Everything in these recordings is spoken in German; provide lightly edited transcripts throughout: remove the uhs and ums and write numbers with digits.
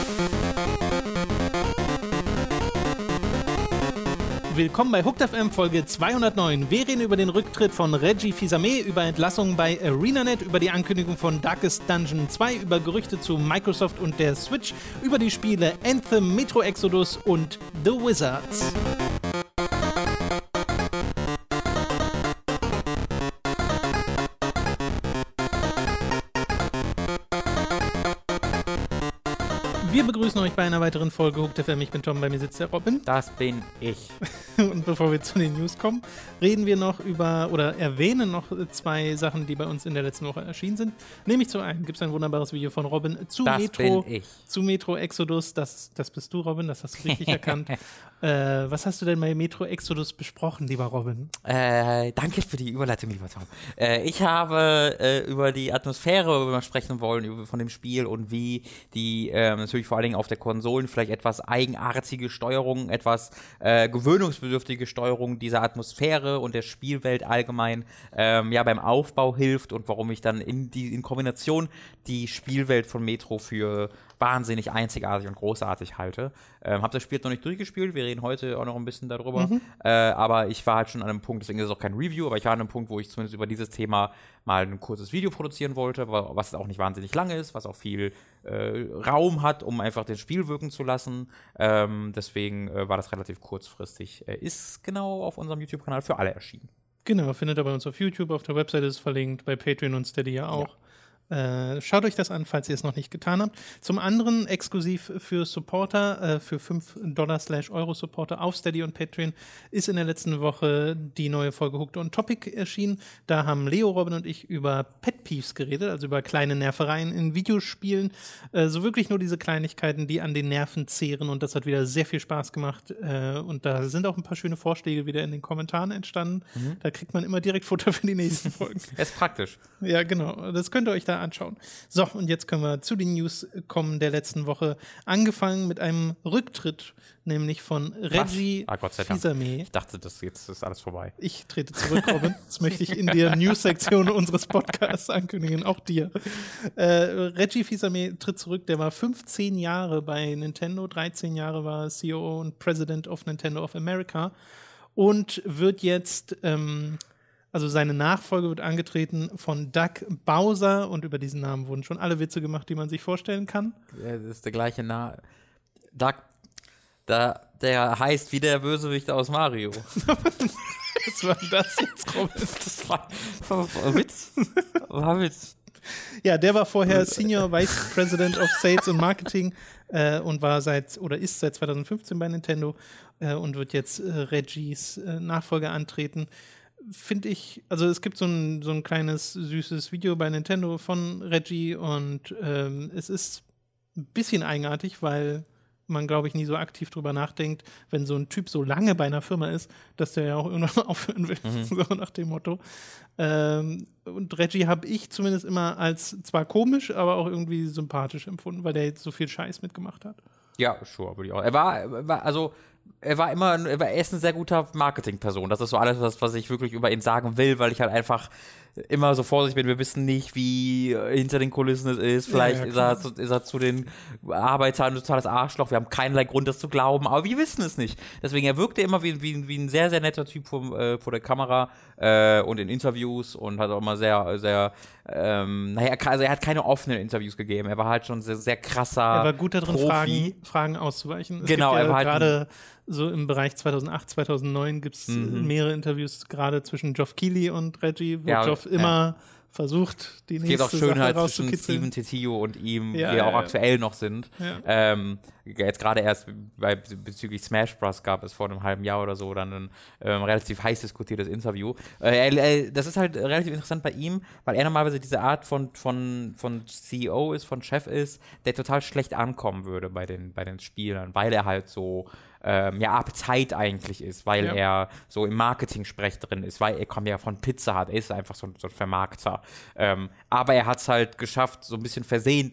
Willkommen bei Hooked FM Folge 209. Wir reden über den Rücktritt von Reggie Fils-Aimé, über Entlassungen bei ArenaNet, über die Ankündigung von Darkest Dungeon 2, über Gerüchte zu Microsoft und der Switch, über die Spiele Anthem, Metro Exodus und The Wizards. Wir begrüßen euch bei einer weiteren Folge Hooked FM. Ich bin Tom, bei mir sitzt der Robin. Das bin ich. Und bevor wir zu den News kommen, reden wir noch über oder erwähnen noch zwei Sachen, die bei uns in der letzten Woche erschienen sind. Nämlich zum einen gibt es ein wunderbares Video von Robin zu Metro Exodus. Das bist du, Robin, das hast du richtig erkannt. Was hast du denn bei Metro Exodus besprochen, lieber Robin? Danke für die Überleitung, lieber Tom. Ich habe über die Atmosphäre sprechen wollen von dem Spiel und wie die natürlich vor allen Dingen auf der Konsolen vielleicht etwas eigenartige Steuerung, etwas gewöhnungsbedürftige Steuerung dieser Atmosphäre und der Spielwelt allgemein beim Aufbau hilft und warum ich dann in Kombination die Spielwelt von Metro für wahnsinnig einzigartig und großartig halte. Hab das Spiel noch nicht durchgespielt, wir reden heute auch noch ein bisschen darüber, aber ich war halt schon an einem Punkt, deswegen ist es auch kein Review, aber ich war an einem Punkt, wo ich zumindest über dieses Thema mal ein kurzes Video produzieren wollte, was auch nicht wahnsinnig lange ist, was auch viel Raum hat, um einfach das Spiel wirken zu lassen. Deswegen war das relativ kurzfristig. Ist genau auf unserem YouTube-Kanal für alle erschienen. Genau, findet ihr bei uns auf YouTube, auf der Webseite ist es verlinkt, bei Patreon und Steady ja auch. Ja. Schaut euch das an, falls ihr es noch nicht getan habt. Zum anderen exklusiv für Supporter, für $5 / Supporter auf Steady und Patreon ist in der letzten Woche die neue Folge Hooked on Topic erschienen. Da haben Leo, Robin und ich über Pet Peeves geredet, also über kleine Nervereien in Videospielen. So wirklich nur diese Kleinigkeiten, die an den Nerven zehren, und das hat wieder sehr viel Spaß gemacht. Und da sind auch ein paar schöne Vorschläge wieder in den Kommentaren entstanden. Da kriegt man immer direkt Futter für die nächsten Folgen. Ist praktisch. Ja, genau. Das könnt ihr euch da anschauen. So, und jetzt können wir zu den News kommen der letzten Woche. Angefangen mit einem Rücktritt, nämlich von Reggie Fils-Aimé. Ich dachte, jetzt ist alles vorbei. Ich trete zurück, Robin. Das möchte ich in der News-Sektion unseres Podcasts ankündigen, auch dir. Reggie Fils-Aimé tritt zurück. Der war 15 Jahre bei Nintendo, 13 Jahre war CEO und President of Nintendo of America und wird jetzt also seine Nachfolge wird angetreten von Doug Bowser, und über diesen Namen wurden schon alle Witze gemacht, die man sich vorstellen kann. Ja, das ist der gleiche Name. Doug, der heißt wie der Bösewicht aus Mario. Was war das jetzt, Robin? Das war Witz. War Witz. Ja, der war vorher Senior Vice President of Sales und Marketing und ist seit 2015 bei Nintendo und wird jetzt Reggies Nachfolger antreten. Finde ich, also es gibt so ein kleines, süßes Video bei Nintendo von Reggie und es ist ein bisschen eigenartig, weil man, glaube ich, nie so aktiv drüber nachdenkt, wenn so ein Typ so lange bei einer Firma ist, dass der ja auch irgendwann aufhören will, so nach dem Motto. Und Reggie habe ich zumindest immer als zwar komisch, aber auch irgendwie sympathisch empfunden, weil der jetzt so viel Scheiß mitgemacht hat. Ja, sure, würde ich auch. Er ist eine sehr guter Marketingperson. Das ist so alles, was ich wirklich über ihn sagen will, weil ich halt einfach immer so vorsichtig bin. Wir wissen nicht, wie hinter den Kulissen es ist. Vielleicht ist er zu den Arbeitern ein totales Arschloch. Wir haben keinerlei Grund, das zu glauben, aber wir wissen es nicht. Deswegen, er wirkte immer wie ein sehr, sehr netter Typ vor der Kamera und in Interviews und hat auch immer sehr, sehr also er hat keine offenen Interviews gegeben. Er war halt schon sehr, sehr krasser Er war gut darin, Fragen auszuweichen. Es gibt ja gerade so im Bereich 2008, 2009 gibt es mehrere Interviews, gerade zwischen Geoff Keighley und Reggie, wo Geoff immer versucht, die nächste Sache Schönheit zwischen Steven Titio und ihm, die auch aktuell noch sind. Ja. Jetzt gerade erst bezüglich Smash Bros. Gab es vor einem halben Jahr oder so dann ein relativ heiß diskutiertes Interview. Das ist halt relativ interessant bei ihm, weil er normalerweise diese Art von CEO ist, von Chef ist, der total schlecht ankommen würde bei den Spielern, weil er halt so Appetite eigentlich ist, weil er so im Marketing-Sprech drin ist, weil er kommt ja von Pizza Hut, er ist einfach so ein Vermarkter. Aber er hat es halt geschafft, so ein bisschen versehentlich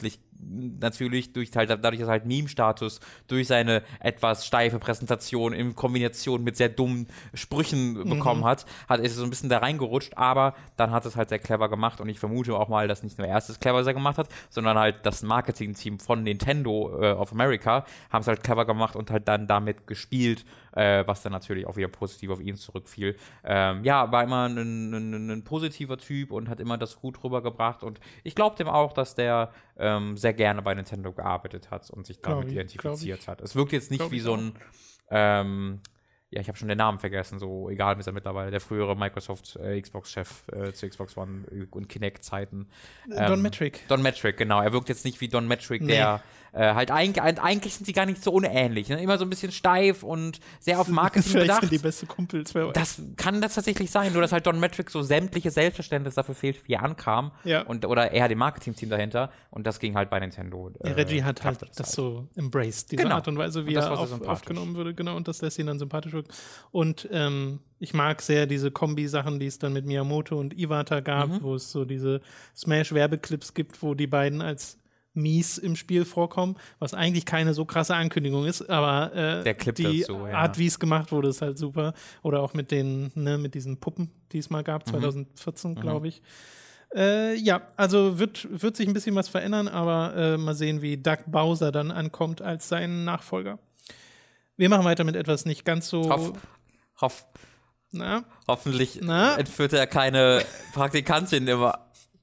natürlich dadurch, dass halt Meme-Status durch seine etwas steife Präsentation in Kombination mit sehr dummen Sprüchen bekommen hat, ist es so ein bisschen da reingerutscht, aber dann hat es halt sehr clever gemacht und ich vermute auch mal, dass nicht nur er es clever sehr gemacht hat, sondern halt das Marketing-Team von Nintendo of America haben es halt clever gemacht und halt dann damit gespielt, was dann natürlich auch wieder positiv auf ihn zurückfiel. War immer ein positiver Typ und hat immer das gut rübergebracht und ich glaube dem auch, dass der sehr gerne bei Nintendo gearbeitet hat und sich damit identifiziert hat. Es wirkt jetzt nicht wie so ein ich habe schon den Namen vergessen, so egal ist er mittlerweile, der frühere Microsoft Xbox-Chef zu Xbox One und Kinect-Zeiten. Don Metric. Don Metric, genau. Er wirkt jetzt nicht wie Don Metric, der eigentlich sind sie gar nicht so unähnlich. Ne? Immer so ein bisschen steif und sehr auf Marketing Vielleicht bedacht. sind die beste Kumpels. Das kann das tatsächlich sein, nur dass halt Don Metric so sämtliche Selbstverständnis dafür fehlt, wie er ankam. Ja. Oder eher dem Marketing-Team dahinter. Und das ging halt bei Nintendo. Reggie hat halt das so embraced, diese Art und Weise, wie und er aufgenommen wurde. Genau, und das lässt ihn dann sympathisch wirken. Und ich mag sehr diese Kombi-Sachen, die es dann mit Miyamoto und Iwata gab, wo es so diese Smash-Werbeclips gibt, wo die beiden als Mies im Spiel vorkommen, was eigentlich keine so krasse Ankündigung ist, aber der Clip die dazu, Art, wie es gemacht wurde, ist halt super. Oder auch mit mit diesen Puppen, die es mal gab, 2014, glaube ich. Also wird sich ein bisschen was verändern, aber mal sehen, wie Doug Bowser dann ankommt als sein Nachfolger. Wir machen weiter mit etwas nicht ganz so... Hoffentlich entführt er keine Praktikantin immer.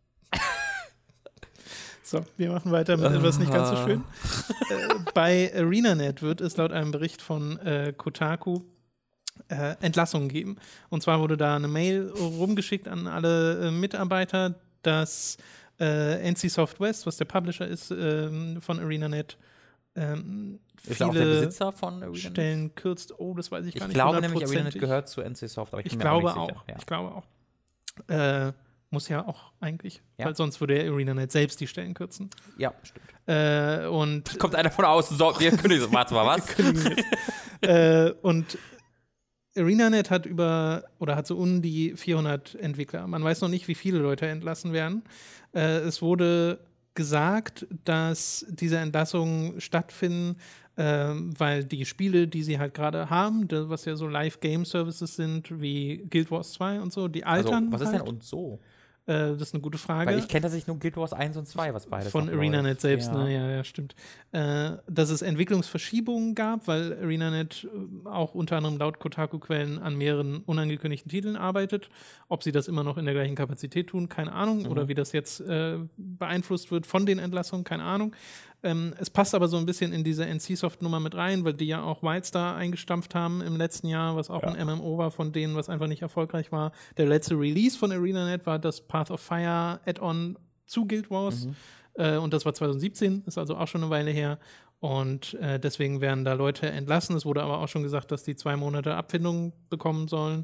So, wir machen weiter mit etwas nicht ganz so schön. Bei ArenaNet wird es laut einem Bericht von Kotaku Entlassungen geben. Und zwar wurde da eine Mail rumgeschickt an alle Mitarbeiter, dass NCSoft West, was der Publisher ist von ArenaNet, ist er auch der Besitzer von ArenaNet? Stellen kürzt. Oh, das weiß ich gar nicht. Ich glaube nämlich, ArenaNet gehört zu NCSoft, aber ich bin mir auch nicht sicher. Ich glaube auch. Muss ja auch eigentlich, weil sonst würde ja ArenaNet selbst die Stellen kürzen. Ja, stimmt. Und kommt einer von außen, so, wir kündigen so, warte mal, was? Und ArenaNet hat hat so die 400 Entwickler. Man weiß noch nicht, wie viele Leute entlassen werden. Es wurde gesagt, dass diese Entlassungen stattfinden, weil die Spiele, die sie halt gerade haben, was ja so Live-Game-Services sind, wie Guild Wars 2 und so, die altern. Also, was ist denn und so? Das ist eine gute Frage. Weil ich kenne tatsächlich nur Guild Wars 1 und 2, was beides von ArenaNet selbst, ne? Ja, stimmt. Dass es Entwicklungsverschiebungen gab, weil ArenaNet auch unter anderem laut Kotaku-Quellen an mehreren unangekündigten Titeln arbeitet. Ob sie das immer noch in der gleichen Kapazität tun, keine Ahnung. Oder wie das jetzt beeinflusst wird von den Entlassungen, keine Ahnung. Es passt aber so ein bisschen in diese NCSoft-Nummer mit rein, weil die ja auch Wildstar eingestampft haben im letzten Jahr, was auch ein MMO war von denen, was einfach nicht erfolgreich war. Der letzte Release von ArenaNet war das Path of Fire Add-on zu Guild Wars. Und das war 2017, ist also auch schon eine Weile her. Und deswegen werden da Leute entlassen. Es wurde aber auch schon gesagt, dass die 2 Monate Abfindung bekommen sollen.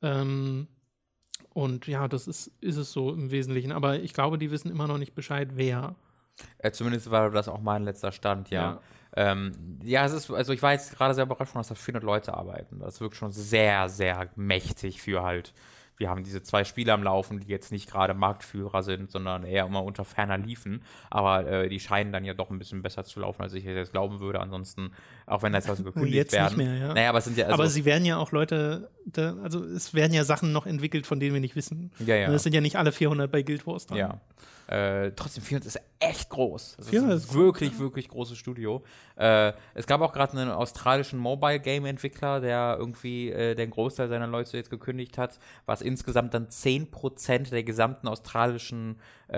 Und ja, das ist es so im Wesentlichen. Aber ich glaube, die wissen immer noch nicht Bescheid, wer. Zumindest war das auch mein letzter Stand, ja. Es ist, also ich war jetzt gerade sehr überrascht, dass da 400 Leute arbeiten. Das wirkt schon sehr, sehr mächtig für halt. Wir haben diese 2 Spiele am Laufen, die jetzt nicht gerade Marktführer sind, sondern eher immer unter ferner liefen. Aber die scheinen dann ja doch ein bisschen besser zu laufen, als ich jetzt glauben würde. Ansonsten, auch wenn das also gekündigt jetzt werden. Nicht mehr, ja. Naja, aber es sind ja. Also aber sie werden ja auch Leute, also es werden ja Sachen noch entwickelt, von denen wir nicht wissen. Ja. Es sind ja nicht alle 400 bei Guild Wars dran. Ja. Trotzdem, 400 ist echt groß. Das ist ein wirklich, wirklich großes Studio. Es gab auch gerade einen australischen Mobile-Game-Entwickler, der irgendwie den Großteil seiner Leute jetzt gekündigt hat, was insgesamt dann 10% der gesamten australischen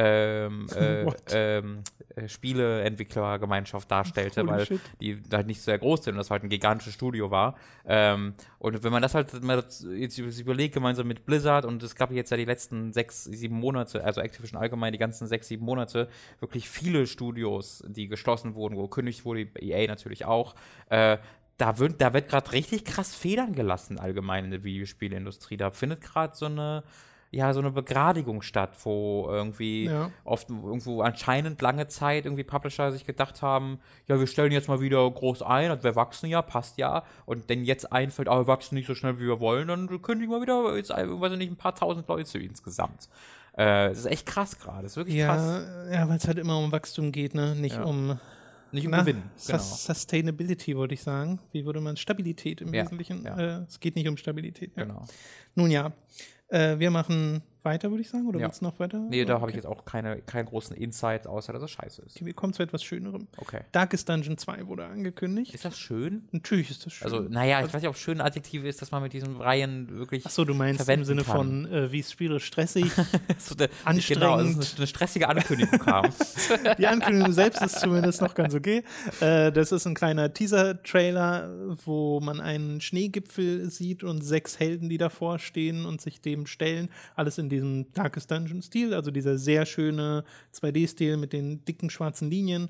Spieleentwicklergemeinschaft darstellte, weil die halt nicht sehr groß sind und das halt ein gigantisches Studio war. Und wenn man das halt mal jetzt überlegt, gemeinsam mit Blizzard, und es gab jetzt ja die letzten 6, 7 Monate, also Activision allgemein die ganzen 6, 7 Monate, wirklich viele Studios, die geschlossen wurden, wo gekündigt wurde, EA natürlich auch, da wird gerade richtig krass Federn gelassen allgemein in der Videospielindustrie. Da findet gerade so eine Begradigung statt, wo irgendwie oft irgendwo anscheinend lange Zeit irgendwie Publisher sich gedacht haben, ja, wir stellen jetzt mal wieder groß ein, und wir wachsen ja, passt ja, und denn jetzt einfällt, wir wachsen nicht so schnell, wie wir wollen, dann kündigen wir wieder, jetzt, weiß ich nicht, ein paar tausend Leute insgesamt. Es ist echt krass gerade. Es ist wirklich krass. Ja, weil es halt immer um Wachstum geht, ne? Nicht um Gewinn. Genau. Sustainability, wollte ich sagen. Wie würde man Stabilität im Wesentlichen? Es geht nicht um Stabilität. Ja. Genau. Nun ja, wir machen weiter, würde ich sagen. Oder willst du noch weiter? Nee, da habe ich jetzt auch keinen großen Insights, außer dass es scheiße ist. Okay, wir kommen zu etwas Schönerem. Okay. Darkest Dungeon 2 wurde angekündigt. Ist das schön? Natürlich ist das schön. Also, naja, ich weiß nicht, ob schön ein Adjektiv ist, dass man mit diesen Reihen wirklich Achso, du meinst im Sinne von, wie es Spiele stressig, anstrengend. Genau, dass eine stressige Ankündigung kam. Die Ankündigung selbst ist zumindest noch ganz okay. Das ist ein kleiner Teaser-Trailer, wo man einen Schneegipfel sieht und 6 Helden, die davor stehen und sich dem stellen. Alles in diesem Darkest Dungeon-Stil, also dieser sehr schöne 2D-Stil mit den dicken schwarzen Linien.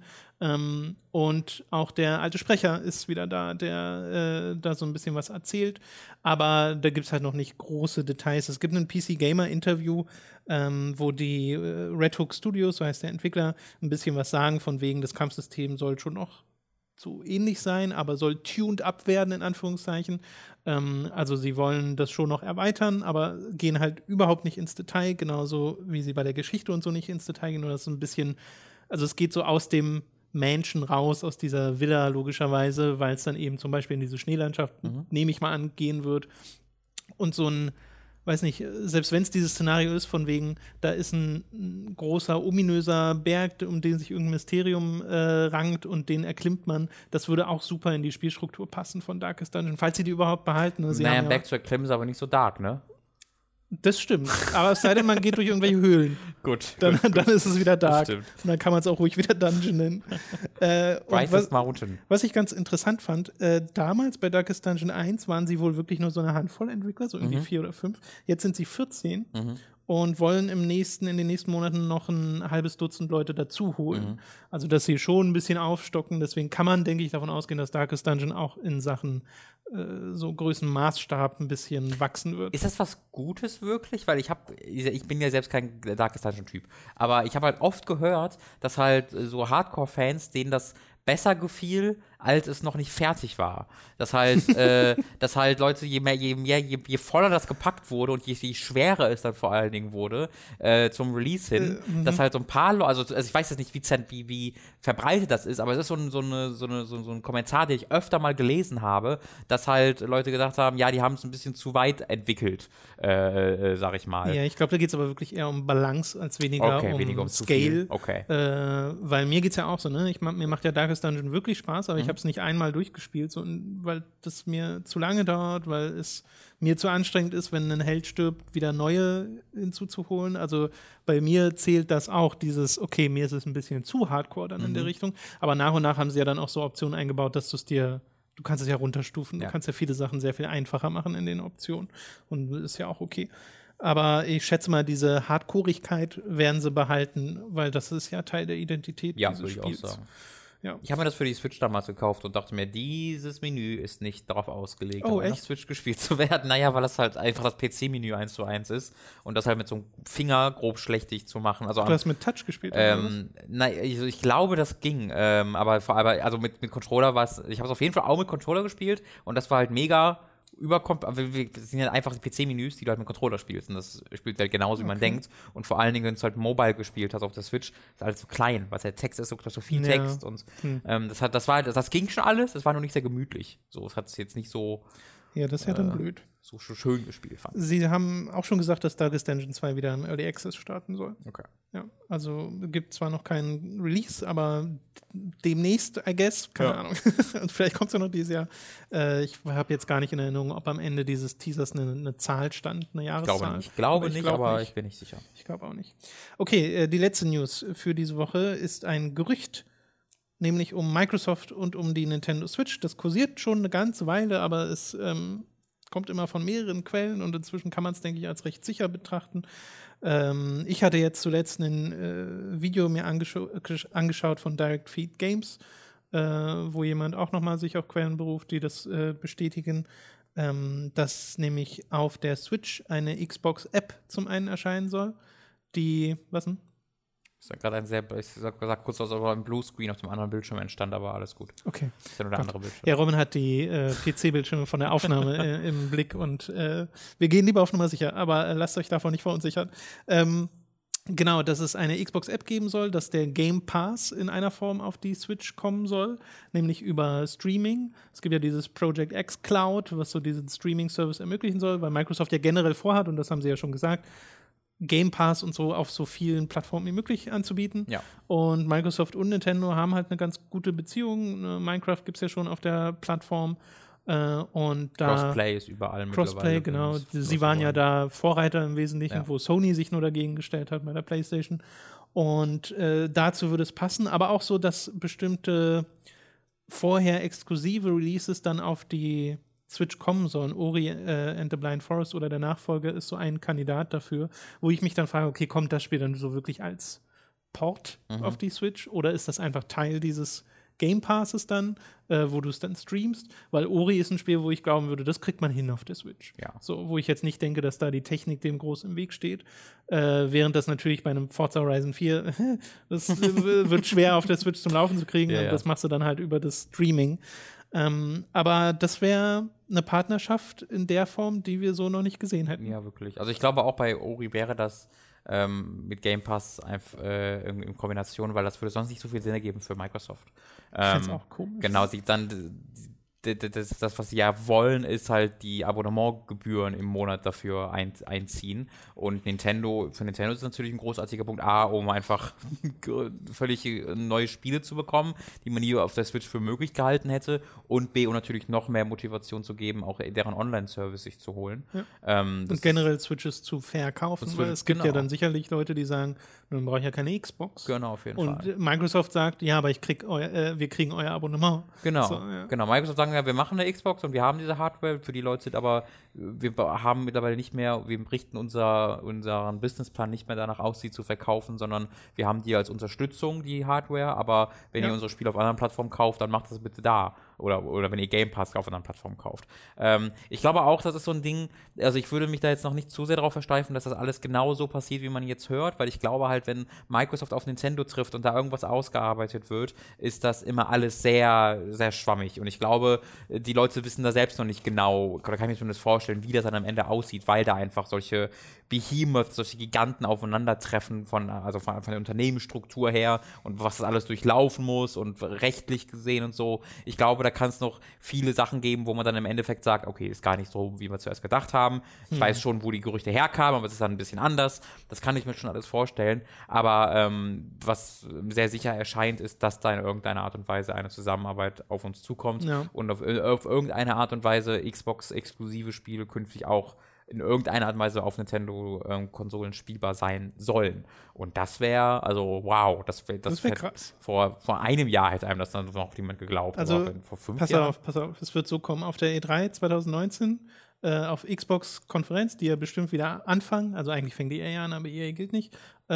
Und auch der alte Sprecher ist wieder da, der da so ein bisschen was erzählt. Aber da gibt es halt noch nicht große Details. Es gibt ein PC-Gamer-Interview, wo die Red Hook Studios, so heißt der Entwickler, ein bisschen was sagen, von wegen, das Kampfsystem soll schon noch so ähnlich sein, aber soll tuned up werden, in Anführungszeichen. Also sie wollen das schon noch erweitern, aber gehen halt überhaupt nicht ins Detail, genauso wie sie bei der Geschichte und so nicht ins Detail gehen. Nur das so ein bisschen, also es geht so aus dem Mansion raus, aus dieser Villa logischerweise, weil es dann eben zum Beispiel in diese Schneelandschaft, nehme ich mal an, gehen wird. Und so ein, weiß nicht, selbst wenn es dieses Szenario ist, von wegen, da ist ein großer, ominöser Berg, um den sich irgendein Mysterium rankt und den erklimmt man, das würde auch super in die Spielstruktur passen von Darkest Dungeon, falls sie die überhaupt behalten. Ne? Naja, Berg zu erklimmen ist aber nicht so dark, ne? Das stimmt, aber es sei denn, man geht durch irgendwelche Höhlen. Gut. Dann ist es wieder dark. Das stimmt. Und dann kann man es auch ruhig wieder Dungeon nennen. Mountain. Was ich ganz interessant fand, damals bei Darkest Dungeon 1 waren sie wohl wirklich nur so eine Handvoll Entwickler, so irgendwie 4 oder 5. Jetzt sind sie 14 und wollen in den nächsten Monaten noch ein halbes Dutzend Leute dazu holen. Also, dass sie schon ein bisschen aufstocken. Deswegen kann man, denke ich, davon ausgehen, dass Darkest Dungeon auch in Sachen so Größenmaßstab ein bisschen wachsen wird. Ist das was Gutes wirklich? Weil ich bin ja selbst kein Darkest Dungeon-Typ, aber ich habe halt oft gehört, dass halt so Hardcore-Fans, denen das besser gefiel, als es noch nicht fertig war. Dass halt Leute, je voller das gepackt wurde und je schwerer es dann vor allen Dingen wurde, zum Release hin, dass halt so ein paar Leute, also ich weiß jetzt nicht, wie verbreitet das ist, aber es ist so ein Kommentar, den ich öfter mal gelesen habe, dass halt Leute gedacht haben, ja, die haben es ein bisschen zu weit entwickelt, sag ich mal. Ja, ich glaube, da geht es aber wirklich eher um Balance als weniger um Scale. Okay. Weil mir geht es ja auch so, ne? Mir macht ja Darkest Dungeon wirklich Spaß, aber ich habe es nicht einmal durchgespielt, weil das mir zu lange dauert, weil es mir zu anstrengend ist, wenn ein Held stirbt, wieder neue hinzuzuholen. Also bei mir zählt das auch, okay, mir ist es ein bisschen zu hardcore dann in der Richtung, aber nach und nach haben sie ja dann auch so Optionen eingebaut, dass du kannst es ja runterstufen, du kannst ja viele Sachen sehr viel einfacher machen in den Optionen und ist ja auch okay. Aber ich schätze mal, diese Hardcoreigkeit werden sie behalten, weil das ist ja Teil der Identität dieses Spiels. Ich auch sagen. Ja. Ich habe mir das für die Switch damals gekauft und dachte mir, dieses Menü ist nicht darauf ausgelegt, um auf Switch gespielt zu werden. Naja, weil das halt einfach das PC-Menü 1:1 ist und das halt mit so einem Finger grob schlechtig zu machen. Also du hast mit Touch gespielt? Ich glaube, das ging. Aber mit Controller war es, ich habe es auf jeden Fall auch mit Controller gespielt und das war halt mega das sind ja einfach die PC-Menüs, die du halt mit Controller spielst. Und das spielt halt genauso, wie man denkt. Und vor allen Dingen, wenn du halt mobile gespielt hast auf der Switch, ist alles so klein, weil der Text ist so viel Text. Und das ging schon alles, es war nur nicht sehr gemütlich. So, es hat es jetzt nicht so. Ja, das ist ja dann blöd. So schön gespielt fand. Sie haben auch schon gesagt, dass Darkest Dungeon 2 wieder im Early Access starten soll. Okay. Ja, also gibt zwar noch keinen Release, aber demnächst, I guess, keine Ahnung. Und vielleicht kommt es ja noch dieses Jahr. Ich habe jetzt gar nicht in Erinnerung, ob am Ende dieses Teasers eine Zahl stand, eine Jahreszahl. Ich glaube nicht, aber ich bin nicht sicher. Ich glaube auch nicht. Okay, die letzte News für diese Woche ist ein Gerücht, nämlich um Microsoft und um die Nintendo Switch. Das kursiert schon eine ganze Weile, aber es kommt immer von mehreren Quellen und inzwischen kann man es, denke ich, als recht sicher betrachten. Ich hatte jetzt zuletzt ein Video mir angeschaut von Direct Feed Games, wo jemand auch nochmal sich auf Quellen beruft, die das bestätigen, dass nämlich auf der Switch eine Xbox-App zum einen erscheinen soll, die, was denn? Ich sag kurz, dass aber ein Bluescreen auf dem anderen Bildschirm entstand, aber alles gut. Okay. Das ist ja nur der andere Bildschirm. Ja, Robin hat die PC-Bildschirme von der Aufnahme im Blick und wir gehen lieber auf Nummer sicher, aber lasst euch davon nicht verunsichern. Genau, dass es eine Xbox-App geben soll, dass der Game Pass in einer Form auf die Switch kommen soll, nämlich über Streaming. Es gibt ja dieses Project X Cloud, was so diesen Streaming-Service ermöglichen soll, weil Microsoft ja generell vorhat, und das haben sie ja schon gesagt, Game Pass und so auf so vielen Plattformen wie möglich anzubieten. Ja. Und Microsoft und Nintendo haben halt eine ganz gute Beziehung. Minecraft gibt es ja schon auf der Plattform. Und da Crossplay ist überall Crossplay, genau. Sie waren ja da Vorreiter im Wesentlichen, wo Sony sich nur dagegen gestellt hat bei der PlayStation. Und dazu würde es passen, aber auch so, dass bestimmte vorher exklusive Releases dann auf die Switch kommen sollen. Ori and the Blind Forest oder der Nachfolger ist so ein Kandidat dafür, wo ich mich dann frage, okay, kommt das Spiel dann so wirklich als Port auf die Switch oder ist das einfach Teil dieses Game Passes dann, wo du es dann streamst, weil Ori ist ein Spiel, wo ich glauben würde, das kriegt man hin auf der Switch. Ja. So, wo ich jetzt nicht denke, dass da die Technik dem groß im Weg steht. Während das natürlich bei einem Forza Horizon 4, das wird schwer auf der Switch zum Laufen zu kriegen und das machst du dann halt über das Streaming. Aber das wäre eine Partnerschaft in der Form, die wir so noch nicht gesehen hätten. Ja, wirklich. Also ich glaube auch bei Ori wäre das mit Game Pass einfach in Kombination, weil das würde sonst nicht so viel Sinn ergeben für Microsoft. Ich find's auch komisch. Genau, das, was sie ja wollen, ist halt die Abonnementgebühren im Monat dafür einziehen. Und für Nintendo ist es natürlich ein großartiger Punkt, um einfach völlig neue Spiele zu bekommen, die man nie auf der Switch für möglich gehalten hätte. Und B, um natürlich noch mehr Motivation zu geben, auch deren Online-Service sich zu holen. Ja. Und generell Switches zu verkaufen, weil es gibt ja dann sicherlich Leute, die sagen, dann brauche ich ja keine Xbox. Genau, auf jeden Fall. Und Microsoft sagt, ja, aber wir kriegen euer Abonnement. Genau, genau. Microsoft sagen, ja, wir machen eine Xbox und wir haben diese Hardware, für die Leute sind aber, wir haben mittlerweile nicht mehr, wir richten unseren Businessplan nicht mehr danach aus, sie zu verkaufen, sondern wir haben die als Unterstützung, die Hardware, aber wenn ihr unsere Spiele auf anderen Plattformen kauft, dann macht das bitte da. Oder wenn ihr Game Pass auf anderen Plattformen kauft. Ich glaube auch, das ist so ein Ding, also ich würde mich da jetzt noch nicht zu sehr darauf versteifen, dass das alles genau so passiert, wie man jetzt hört, weil ich glaube halt, wenn Microsoft auf Nintendo trifft und da irgendwas ausgearbeitet wird, ist das immer alles sehr, sehr schwammig. Und ich glaube, die Leute wissen da selbst noch nicht genau, oder kann ich mir zumindest vorstellen, wie das dann am Ende aussieht, weil da einfach solche Behemoths, solche Giganten aufeinandertreffen von der Unternehmensstruktur her und was das alles durchlaufen muss und rechtlich gesehen und so. Ich glaube, da kann es noch viele Sachen geben, wo man dann im Endeffekt sagt, okay, ist gar nicht so, wie wir zuerst gedacht haben. Ich weiß schon, wo die Gerüchte herkamen, aber es ist dann ein bisschen anders. Das kann ich mir schon alles vorstellen. Aber was sehr sicher erscheint, ist, dass da in irgendeiner Art und Weise eine Zusammenarbeit auf uns zukommt und auf irgendeine Art und Weise Xbox-exklusive Spiele künftig auch in irgendeiner Art und Weise auf Nintendo-Konsolen spielbar sein sollen. Und das wäre, also wow, das wär krass. Vor einem Jahr hätte einem das dann noch niemand geglaubt. Also vor 5 Jahren. Pass auf, es wird so kommen. Auf der E3 2019, auf Xbox-Konferenz, die ja bestimmt wieder anfangen, also eigentlich fängt die EA an, aber EA gilt nicht.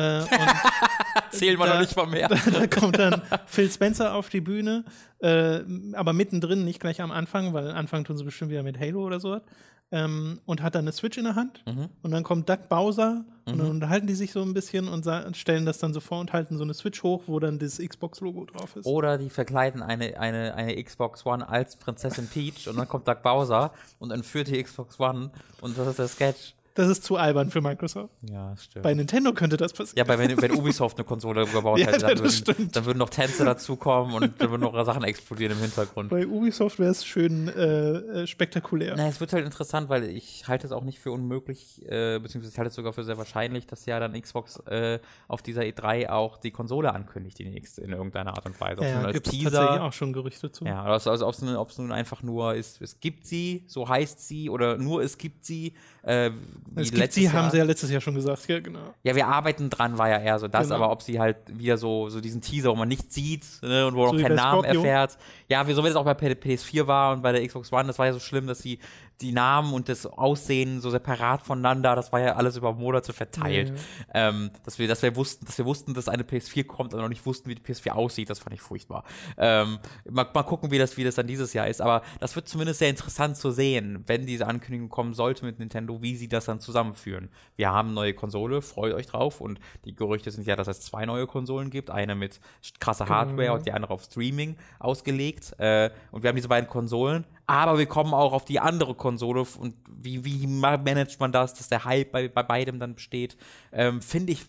Zählen wir noch nicht mal mehr. Da kommt dann Phil Spencer auf die Bühne, aber mittendrin, nicht gleich am Anfang, weil am Anfang tun sie bestimmt wieder mit Halo oder so. Und hat dann eine Switch in der Hand und dann kommt Doug Bowser und dann unterhalten die sich so ein bisschen und stellen das dann so vor und halten so eine Switch hoch, wo dann das Xbox-Logo drauf ist. Oder die verkleiden eine Xbox One als Prinzessin Peach und dann kommt Doug Bowser und entführt die Xbox One und das ist der Sketch. Das ist zu albern für Microsoft. Ja, stimmt. Bei Nintendo könnte das passieren. Ja, wenn Ubisoft eine Konsole gebaut hätte, dann würden noch Tänze dazukommen und dann würden noch Sachen explodieren im Hintergrund. Bei Ubisoft wäre es schön spektakulär. Na, es wird halt interessant, weil ich halte es auch nicht für unmöglich, beziehungsweise ich halte es sogar für sehr wahrscheinlich, dass ja dann Xbox auf dieser E3 auch die Konsole ankündigt, die nächste, in irgendeiner Art und Weise. Ja, gibt es tatsächlich auch schon Gerüchte zu. Ja, also ob es nun einfach nur ist, es gibt sie, so heißt sie, oder nur es gibt sie, es gibt sie, haben sie ja letztes Jahr schon gesagt, ja, genau. Ja, wir arbeiten dran, war ja eher so das, aber ob sie halt wieder so diesen Teaser, wo man nichts sieht, ne, und wo man auch keinen Namen erfährt. Ja, so wie es auch bei PS4 war und bei der Xbox One, das war ja so schlimm, dass sie die Namen und das Aussehen so separat voneinander, das war ja alles über Monate verteilt. Ja. Dass wir wussten, dass eine PS4 kommt, aber noch nicht wussten, wie die PS4 aussieht, das fand ich furchtbar. Mal gucken, wie das dann dieses Jahr ist, aber das wird zumindest sehr interessant zu sehen, wenn diese Ankündigung kommen sollte mit Nintendo, wie sie das dann zusammenführen. Wir haben eine neue Konsole, freut euch drauf und die Gerüchte sind ja, dass es 2 neue Konsolen gibt, eine mit krasser Hardware und die andere auf Streaming ausgelegt und wir haben diese beiden Konsolen, aber wir kommen auch auf die andere Konsole und wie managt man das, dass der Hype bei beidem dann besteht, finde ich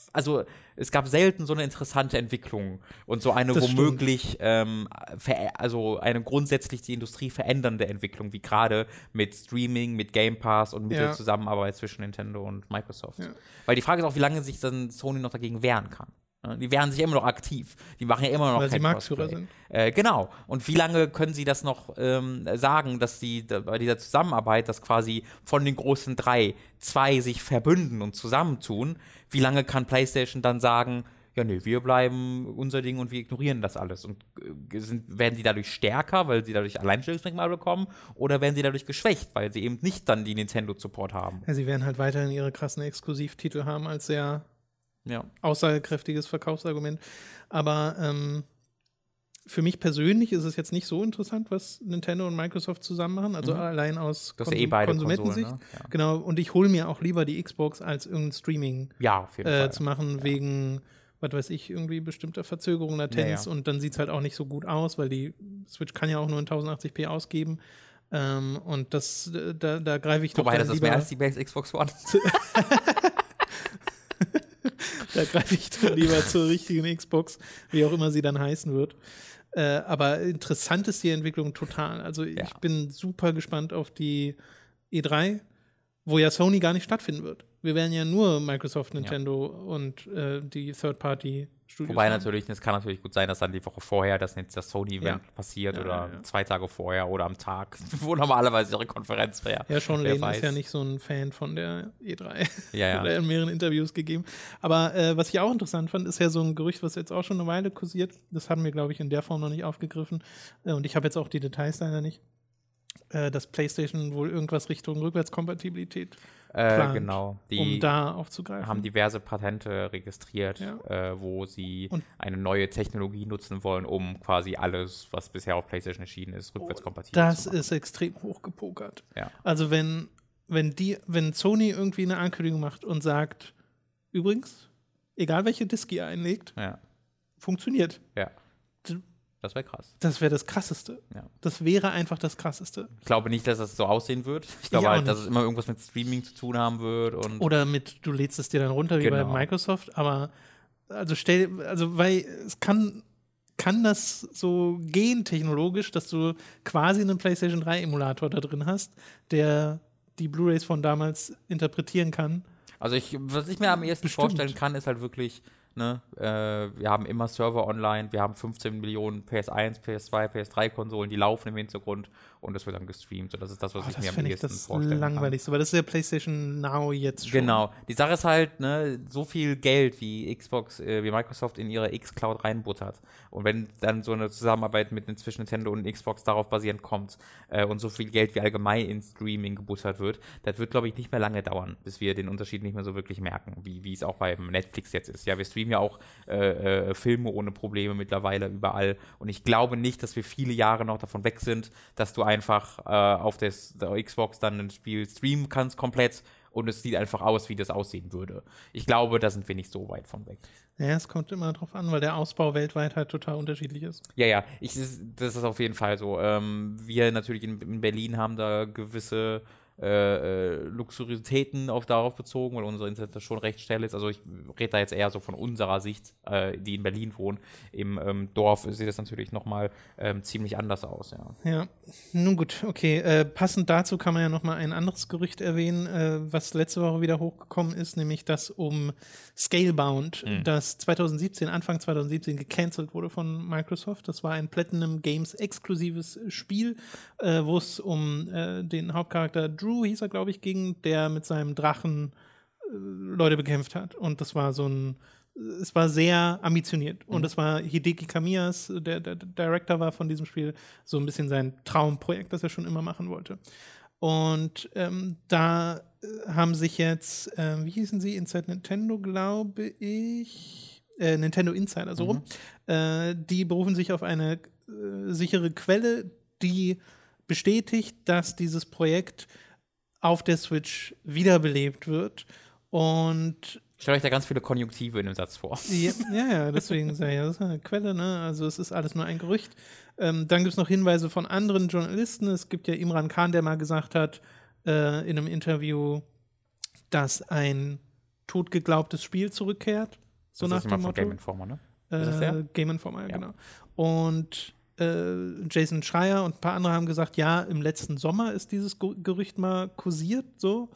also es gab selten so eine interessante Entwicklung und so eine Das womöglich, also eine grundsätzlich die Industrie verändernde Entwicklung, wie gerade mit Streaming, mit Game Pass und mit der Zusammenarbeit zwischen Nintendo und Microsoft. Ja. Weil die Frage ist auch, wie lange sich dann Sony noch dagegen wehren kann. Die wehren sich immer noch aktiv. Die machen ja immer noch weil kein sie Marktführer sind. Genau. Und wie lange können sie das noch sagen, dass sie bei dieser Zusammenarbeit, dass quasi von den großen 3 2 sich verbünden und zusammentun, wie lange kann PlayStation dann sagen, ja, nee, wir bleiben unser Ding und wir ignorieren das alles. Und werden die dadurch stärker, weil sie dadurch Alleinstellungsmerkmale bekommen, oder werden sie dadurch geschwächt, weil sie eben nicht dann die Nintendo-Support haben? Ja, sie werden halt weiterhin ihre krassen Exklusivtitel haben als sehr aussagekräftiges Verkaufsargument. Aber für mich persönlich ist es jetzt nicht so interessant, was Nintendo und Microsoft zusammen machen. Also allein aus Konsumentensicht. Ne? Ja. Genau. Und ich hole mir auch lieber die Xbox, als irgendein Streaming auf jeden Fall. zu machen, wegen, was weiß ich, irgendwie bestimmter Verzögerung, Latenz. Und dann sieht es halt auch nicht so gut aus, weil die Switch kann ja auch nur in 1080p ausgeben. Und da greife ich doch Wobei, das ist lieber mehr als die Base Xbox One. Da greife ich dann lieber zur richtigen Xbox, wie auch immer sie dann heißen wird. Aber interessant ist die Entwicklung total. Also ich bin super gespannt auf die E3, wo ja Sony gar nicht stattfinden wird. Wir werden ja nur Microsoft, Nintendo und die Third-Party-Studios Wobei haben. es kann natürlich gut sein, dass dann die Woche vorher das Sony-Event passiert oder 2 Tage vorher oder am Tag, wo normalerweise ihre Konferenz wäre. Ja, Sean Layden ist ja nicht so ein Fan von der E3. Hat er in mehreren Interviews gegeben. Aber was ich auch interessant fand, ist ja so ein Gerücht, was jetzt auch schon eine Weile kursiert. Das haben wir, glaube ich, in der Form noch nicht aufgegriffen. Und ich habe jetzt auch die Details leider nicht. Dass PlayStation wohl irgendwas Richtung Rückwärtskompatibilität plant, genau. um da aufzugreifen. Haben diverse Patente registriert, wo sie eine neue Technologie nutzen wollen, um quasi alles, was bisher auf PlayStation erschienen ist, rückwärtskompatibel zu machen. Das ist extrem hochgepokert. Ja. Also wenn Sony irgendwie eine Ankündigung macht und sagt, übrigens, egal welche Disk ihr einlegt, funktioniert. Ja. Das wäre krass. Das wäre das Krasseste. Ja. Das wäre einfach das Krasseste. Ich glaube nicht, dass das so aussehen wird. Ich glaube halt, dass es immer irgendwas mit Streaming zu tun haben wird. Oder du lädst es dir dann runter, wie bei Microsoft. Aber weil es kann das so gehen technologisch, dass du quasi einen PlayStation 3 Emulator da drin hast, der die Blu-rays von damals interpretieren kann. Also was ich mir am ehesten vorstellen kann, ist halt wirklich, ne, wir haben immer Server online, wir haben 15 Millionen PS1, PS2, PS3-Konsolen, die laufen im Hintergrund und das wird dann gestreamt. Und das ist das, was ich mir am ehesten vorstellen kann. Das langweiligste, weil das ist ja PlayStation Now jetzt schon. Genau. Die Sache ist halt, ne, so viel Geld wie wie Microsoft in ihre X-Cloud reinbuttert und wenn dann so eine Zusammenarbeit zwischen Nintendo und Xbox darauf basierend kommt und so viel Geld wie allgemein in Streaming gebuttert wird, das wird, glaube ich, nicht mehr lange dauern, bis wir den Unterschied nicht mehr so wirklich merken, wie es auch beim Netflix jetzt ist. Ja, wir streamen ja auch Filme ohne Probleme mittlerweile überall und ich glaube nicht, dass wir viele Jahre noch davon weg sind, dass du einfach auf der Xbox dann ein Spiel streamen kannst komplett und es sieht einfach aus, wie das aussehen würde. Ich glaube, da sind wir nicht so weit von weg. Ja, es kommt immer drauf an, weil der Ausbau weltweit halt total unterschiedlich ist. Ja, das ist auf jeden Fall so. Wir natürlich in Berlin haben da gewisse Luxuriositäten darauf bezogen, weil unsere Internet schon recht schnell ist. Also ich rede da jetzt eher so von unserer Sicht, die in Berlin wohnen. Im Dorf sieht das natürlich nochmal ziemlich anders aus. Ja, nun gut, okay. Passend dazu kann man ja nochmal ein anderes Gerücht erwähnen, was letzte Woche wieder hochgekommen ist, nämlich das um Scalebound, das Anfang 2017 gecancelt wurde von Microsoft. Das war ein Platinum Games exklusives Spiel, wo es um den Hauptcharakter Drew, hieß er, glaube ich, ging, der mit seinem Drachen Leute bekämpft hat. Und das war es war sehr ambitioniert. Und das war Hideki Kamiyas, der Director war von diesem Spiel, so ein bisschen sein Traumprojekt, das er schon immer machen wollte. Und da haben sich jetzt, wie hießen sie, Inside Nintendo, glaube ich, Nintendo Insider, so rum, die berufen sich auf eine sichere Quelle, die bestätigt, dass dieses Projekt auf der Switch wiederbelebt wird. Und stellt euch da ganz viele Konjunktive in dem Satz vor. Ja, deswegen sage ich, das ist eine Quelle, ne? Also es ist alles nur ein Gerücht. Dann gibt es noch Hinweise von anderen Journalisten. Es gibt ja Imran Khan, der mal gesagt hat, in einem Interview, dass ein totgeglaubtes Spiel zurückkehrt. So das nach ist dem jemand von Motto. Game Informer, ne? Ist das der? Game Informer, Ja. genau. Und Jason Schreier und ein paar andere haben gesagt, ja, im letzten Sommer ist dieses Gerücht mal kursiert, so.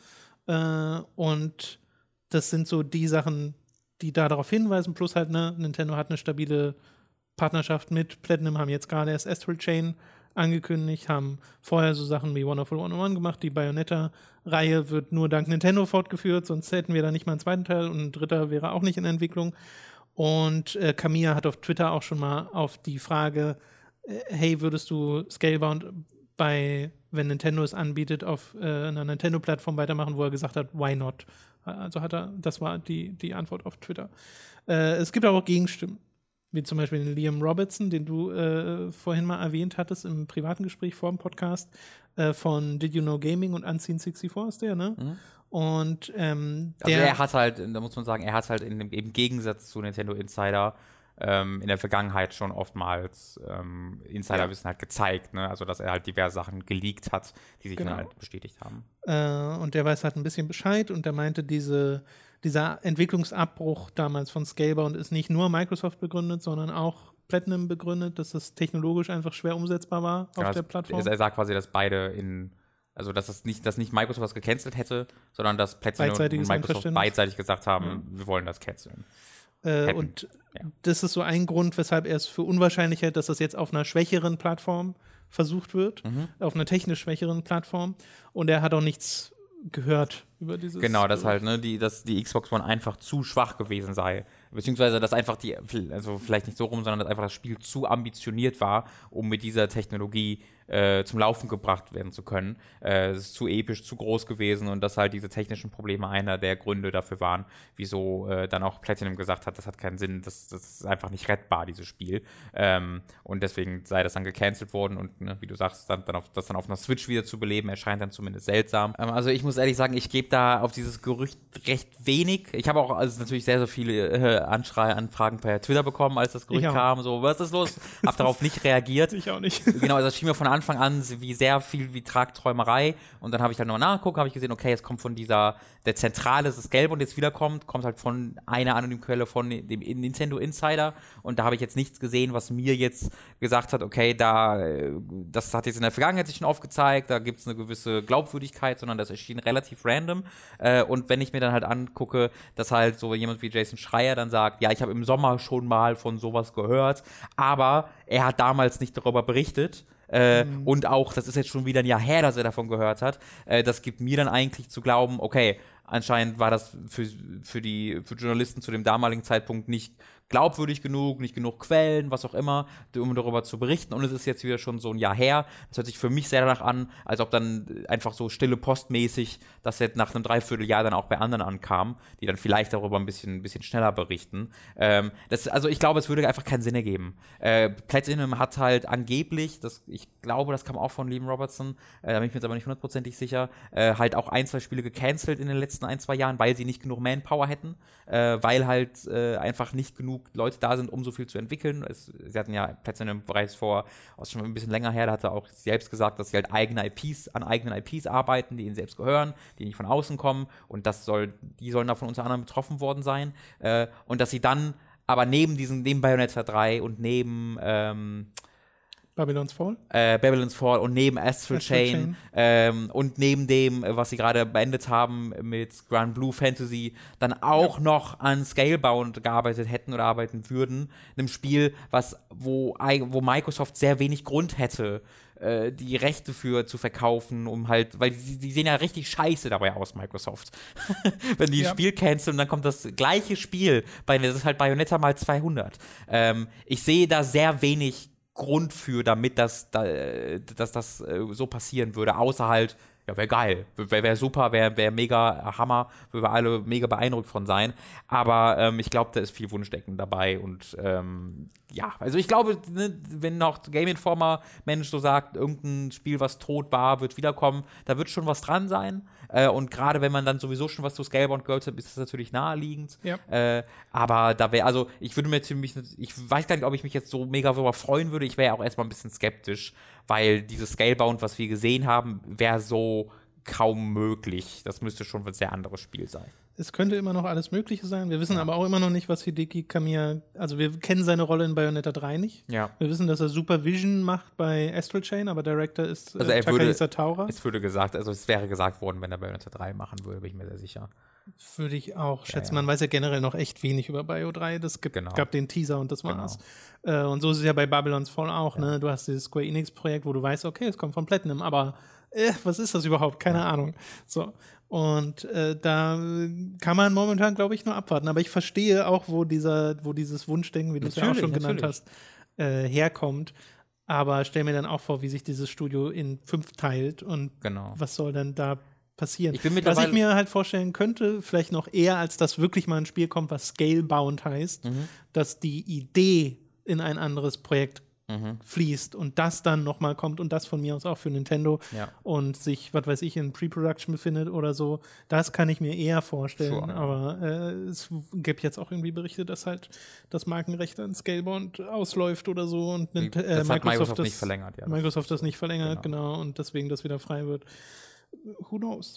Und das sind so die Sachen, die da darauf hinweisen, plus halt, ne, Nintendo hat eine stabile Partnerschaft mit Platinum, haben jetzt gerade erst Astral Chain angekündigt, haben vorher so Sachen wie Wonderful 101 gemacht. Die Bayonetta-Reihe wird nur dank Nintendo fortgeführt, sonst hätten wir da nicht mal einen zweiten Teil und ein dritter wäre auch nicht in Entwicklung. Und Kamiya hat auf Twitter auch schon mal auf die Frage, hey, würdest du Scalebound wenn Nintendo es anbietet, auf einer Nintendo-Plattform weitermachen, wo er gesagt hat, why not? Also das war die Antwort auf Twitter. Es gibt aber auch Gegenstimmen, wie zum Beispiel den Liam Robertson, den du vorhin mal erwähnt hattest im privaten Gespräch vor dem Podcast, von Did You Know Gaming und Unseen64 ist der, ne? Mhm. Und also er hat halt, da muss man sagen, er hat halt im Gegensatz zu Nintendo Insider in der Vergangenheit schon oftmals Insiderwissen halt gezeigt, ne? Also dass er halt diverse Sachen geleakt hat, die sich dann halt bestätigt haben. Und der weiß halt ein bisschen Bescheid und der meinte, dieser Entwicklungsabbruch damals von Scalebound ist nicht nur Microsoft begründet, sondern auch Platinum begründet, dass es technologisch einfach schwer umsetzbar war auf der Plattform. Er sagt quasi, dass beide also dass nicht Microsoft was gecancelt hätte, sondern dass Platinum und Microsoft beidseitig gesagt haben, wir wollen das canceln. Und das ist so ein Grund, weshalb er es für unwahrscheinlich hält, dass das jetzt auf einer schwächeren Plattform versucht wird, auf einer technisch schwächeren Plattform. Und er hat auch nichts gehört über dieses. Genau, dass halt, ne, dass die Xbox One einfach zu schwach gewesen sei. Beziehungsweise, dass einfach also vielleicht nicht so rum, sondern dass einfach das Spiel zu ambitioniert war, um mit dieser Technologie zum Laufen gebracht werden zu können. Es ist zu episch, zu groß gewesen und dass halt diese technischen Probleme einer der Gründe dafür waren, wieso dann auch Platinum gesagt hat, das hat keinen Sinn, das ist einfach nicht rettbar, dieses Spiel. Und deswegen sei das dann gecancelt worden und, ne, wie du sagst, das dann auf einer Switch wieder zu beleben, erscheint dann zumindest seltsam. Also ich muss ehrlich sagen, ich gebe da auf dieses Gerücht recht wenig. Ich habe auch natürlich sehr, sehr viele Anfragen per Twitter bekommen, als das Gerücht kam, so, was ist los? Hab darauf nicht reagiert. Ich auch nicht. Genau, also das schien mir von Anfang an wie Tragträumerei und dann habe ich halt nochmal nachgeguckt, habe ich gesehen, okay, es kommt von der Zentrale, das Gelb und jetzt wiederkommt halt von einer anonymen Quelle von dem Nintendo Insider und da habe ich jetzt nichts gesehen, was mir jetzt gesagt hat, okay, das hat jetzt in der Vergangenheit sich schon aufgezeigt, da gibt es eine gewisse Glaubwürdigkeit, sondern das erschien relativ random und wenn ich mir dann halt angucke, dass halt so jemand wie Jason Schreier dann sagt, ja, ich habe im Sommer schon mal von sowas gehört, aber er hat damals nicht darüber berichtet, und auch, das ist jetzt schon wieder ein Jahr her, dass er davon gehört hat, das gibt mir dann eigentlich zu glauben, okay, anscheinend war das für Journalisten zu dem damaligen Zeitpunkt nicht glaubwürdig genug, nicht genug Quellen, was auch immer, um darüber zu berichten. Und es ist jetzt wieder schon so ein Jahr her. Das hört sich für mich sehr danach an, als ob dann einfach so stille postmäßig das jetzt nach einem Dreivierteljahr dann auch bei anderen ankam, die dann vielleicht darüber ein bisschen schneller berichten. Also ich glaube, es würde einfach keinen Sinn ergeben. Platinum hat halt angeblich, ich glaube, das kam auch von Liam Robertson, da bin ich mir jetzt aber nicht hundertprozentig sicher, halt auch 1-2 Spiele gecancelt in den letzten 1-2 Jahren, weil sie nicht genug Manpower hätten, weil halt einfach nicht genug Leute da sind, um so viel zu entwickeln. Sie hatten ja Platinum bereits schon ein bisschen länger her, da hat er auch selbst gesagt, dass sie halt an eigenen IPs arbeiten, die ihnen selbst gehören, die nicht von außen kommen und die sollen davon unter anderem betroffen worden sein und dass sie dann aber neben Bayonetta 3 und neben Babylon's Fall und neben Astral Chain und neben dem, was sie gerade beendet haben mit Grand Blue Fantasy, dann auch noch an Scalebound gearbeitet hätten oder arbeiten würden. Einem Spiel, wo Microsoft sehr wenig Grund hätte, die Rechte für zu verkaufen, weil die sehen ja richtig scheiße dabei aus, Microsoft. Wenn die ein Spiel canceln, dann kommt das gleiche Spiel, das ist halt Bayonetta mal 200. Ich sehe da sehr wenig Grund für, damit dass das so passieren würde, außer halt, ja, wäre geil, wäre super, wäre mega Hammer, würden wir alle mega beeindruckt von sein, aber ich glaube, da ist viel Wunschdenken dabei und ja, also ich glaube, ne, wenn noch Game Informer Mensch so sagt, irgendein Spiel, was tot war, wird wiederkommen, da wird schon was dran sein und gerade wenn man dann sowieso schon was zu Scalebound gehört hat, ist das natürlich naheliegend, aber da wäre, also ich weiß gar nicht, ob ich mich jetzt so mega darüber freuen würde, ich wäre auch erstmal ein bisschen skeptisch, weil dieses Scalebound, was wir gesehen haben, wäre so kaum möglich. Das müsste schon ein sehr anderes Spiel sein. Es könnte immer noch alles Mögliche sein. Wir wissen aber auch immer noch nicht, was Hideki Kamiya, also wir kennen seine Rolle in Bayonetta 3 nicht. Ja. Wir wissen, dass er Supervision macht bei Astral Chain, aber Director ist Also Takahisa Taura. es wäre gesagt worden, wenn er Bayonetta 3 machen würde, bin ich mir sehr sicher. Würde ich auch schätzen. Man weiß ja generell noch echt wenig über Bio 3. Gab den Teaser und das war's. Und so ist es ja bei Babylon's Fall auch. Ne? Du hast dieses Square Enix-Projekt, wo du weißt, okay, es kommt von Platinum, aber was ist das überhaupt? Keine Ahnung. So. Und da kann man momentan, glaube ich, nur abwarten. Aber ich verstehe auch, wo dieses Wunschdenken, wie du es ja auch schon genannt hast, herkommt. Aber stell mir dann auch vor, wie sich dieses Studio in 5 teilt und was soll dann da passieren. Was ich mir halt vorstellen könnte, vielleicht noch eher, als dass wirklich mal ein Spiel kommt, was Scalebound heißt, dass die Idee in ein anderes Projekt fließt und das dann nochmal kommt und das von mir aus auch für Nintendo und sich, was weiß ich, in Pre-Production befindet oder so. Das kann ich mir eher vorstellen, aber es gibt jetzt auch irgendwie Berichte, dass halt das Markenrecht an Scalebound ausläuft oder so und Microsoft das nicht verlängert, genau, und deswegen das wieder frei wird. Who knows?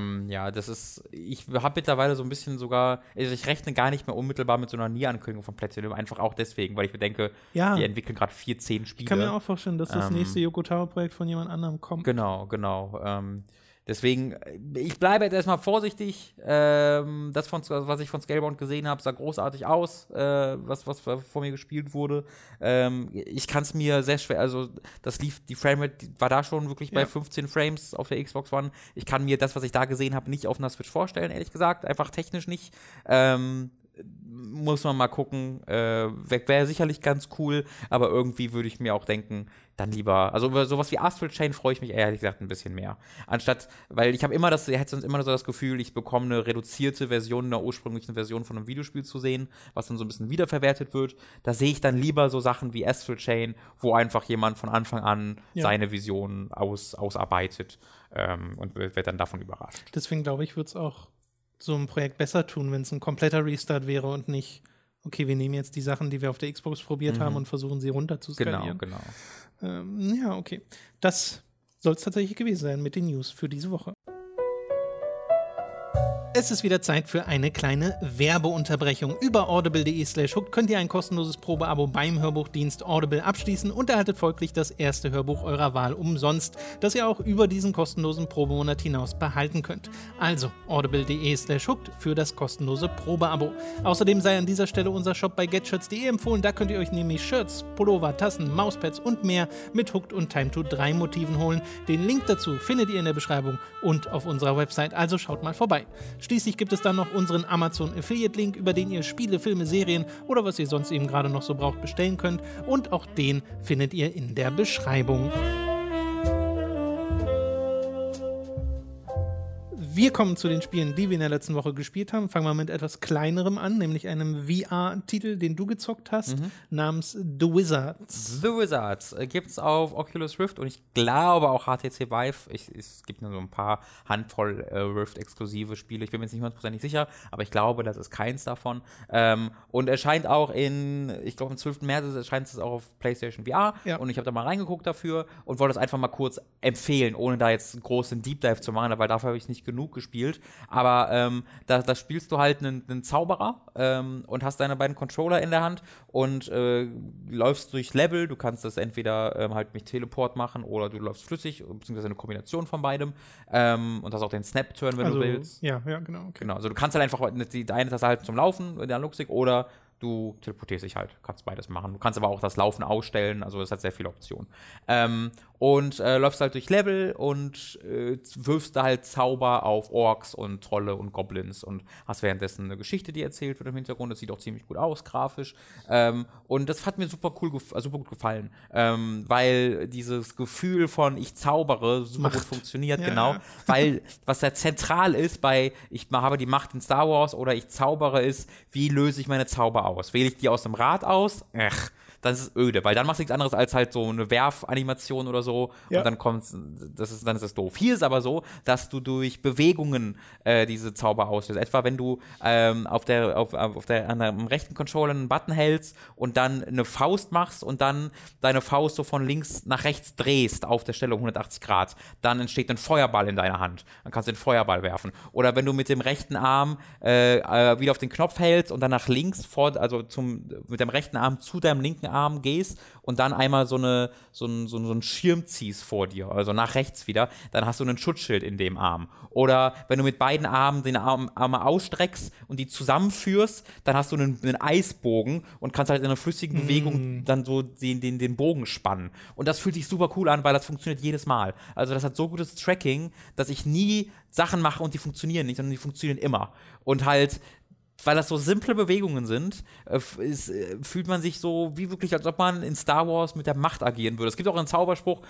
Ich habe mittlerweile so ein bisschen sogar, also ich rechne gar nicht mehr unmittelbar mit so einer Nie-Ankündigung von Platinum, einfach auch deswegen, weil ich mir denke, die entwickeln gerade 10 Spiele. Ich kann mir auch vorstellen, dass das nächste Yoko Taro-Projekt von jemand anderem kommt. Genau. Deswegen, ich bleibe jetzt erstmal vorsichtig. Was ich von Scalebound gesehen habe, sah großartig aus, was vor mir gespielt wurde. Ich kann es mir sehr schwer, also die Framerate war da schon wirklich bei 15 Frames auf der Xbox One. Ich kann mir das, was ich da gesehen habe, nicht auf einer Switch vorstellen, ehrlich gesagt. Einfach technisch nicht. Muss man mal gucken. Wäre sicherlich ganz cool, aber irgendwie würde ich mir auch denken, dann lieber, also über sowas wie Astral Chain freue ich mich ehrlich gesagt ein bisschen mehr. Weil ich habe hätte sonst immer so das Gefühl, ich bekomme eine reduzierte Version einer ursprünglichen Version von einem Videospiel zu sehen, was dann so ein bisschen wiederverwertet wird. Da sehe ich dann lieber so Sachen wie Astral Chain, wo einfach jemand von Anfang an seine Vision ausarbeitet und wird dann davon überrascht. Deswegen glaube ich, würde es auch so ein Projekt besser tun, wenn es ein kompletter Restart wäre und nicht, okay, wir nehmen jetzt die Sachen, die wir auf der Xbox probiert haben und versuchen sie runter zu skalieren. Genau. Okay. Das soll es tatsächlich gewesen sein mit den News für diese Woche. Es ist wieder Zeit für eine kleine Werbeunterbrechung. Über audible.de/hooked könnt ihr ein kostenloses Probeabo beim Hörbuchdienst Audible abschließen und erhaltet folglich das erste Hörbuch eurer Wahl umsonst, das ihr auch über diesen kostenlosen Probemonat hinaus behalten könnt. Also audible.de/hooked für das kostenlose Probeabo. Außerdem sei an dieser Stelle unser Shop bei getshirts.de empfohlen. Da könnt ihr euch nämlich Shirts, Pullover, Tassen, Mauspads und mehr mit Hooked und Time to 3 Motiven holen. Den Link dazu findet ihr in der Beschreibung und auf unserer Website, also schaut mal vorbei. Schließlich gibt es dann noch unseren Amazon-Affiliate-Link, über den ihr Spiele, Filme, Serien oder was ihr sonst eben gerade noch so braucht bestellen könnt. Und auch den findet ihr in der Beschreibung. Wir kommen zu den Spielen, die wir in der letzten Woche gespielt haben. Fangen wir mit etwas kleinerem an, nämlich einem VR-Titel, den du gezockt hast, namens The Wizards. The Wizards gibt's auf Oculus Rift und ich glaube auch HTC Vive. Es gibt nur so ein paar Handvoll Rift-exklusive Spiele. Ich bin mir jetzt nicht 100% sicher, aber ich glaube, das ist keins davon. Und erscheint auch ich glaube am 12. März erscheint es auch auf PlayStation VR. Ja. Und ich habe da mal reingeguckt dafür und wollte das einfach mal kurz empfehlen, ohne da jetzt einen großen Deep Dive zu machen, weil dafür habe ich nicht genug gespielt, aber da spielst du halt einen Zauberer und hast deine beiden Controller in der Hand und läufst durch Level. Du kannst das entweder halt mit Teleport machen oder du läufst flüssig, beziehungsweise eine Kombination von beidem und hast auch den Snap-Turn, wenn du willst. Ja, genau. Okay. Genau, also du kannst halt einfach die eine Taste halt zum Laufen in der Analogstick oder du teleportierst dich halt, kannst beides machen. Du kannst aber auch das Laufen ausstellen, also es hat sehr viele Optionen. Und läufst halt durch Level und wirfst da halt Zauber auf Orks und Trolle und Goblins und hast währenddessen eine Geschichte, die erzählt wird im Hintergrund. Das sieht auch ziemlich gut aus, grafisch. Und das hat mir super gut gefallen, weil dieses Gefühl von ich zaubere super gut funktioniert, genau. Weil was da zentral ist bei ich habe die Macht in Star Wars oder ich zaubere ist, wie löse ich meine Zauber aus? Wähle ich die aus dem Rad aus? dann ist es öde, weil dann machst du nichts anderes als halt so eine Werfanimation oder so und dann ist es doof. Hier ist aber so, dass du durch Bewegungen diese Zauber auslöst. Etwa wenn du am rechten Controller einen Button hältst und dann eine Faust machst und dann deine Faust so von links nach rechts drehst auf der Stelle um 180 Grad, dann entsteht ein Feuerball in deiner Hand. Dann kannst du den Feuerball werfen. Oder wenn du mit dem rechten Arm wieder auf den Knopf hältst und dann nach links mit dem rechten Arm zu deinem linken Arm gehst und dann einmal so einen Schirm ziehst vor dir, also nach rechts wieder, dann hast du einen Schutzschild in dem Arm. Oder wenn du mit beiden Armen den Arme ausstreckst und die zusammenführst, dann hast du einen Eisbogen und kannst halt in einer flüssigen Bewegung dann so den Bogen spannen. Und das fühlt sich super cool an, weil das funktioniert jedes Mal. Also das hat so gutes Tracking, dass ich nie Sachen mache und die funktionieren nicht, sondern die funktionieren immer. Und halt, weil das so simple Bewegungen sind, fühlt man sich so wie wirklich, als ob man in Star Wars mit der Macht agieren würde. Es gibt auch einen Zauberspruch,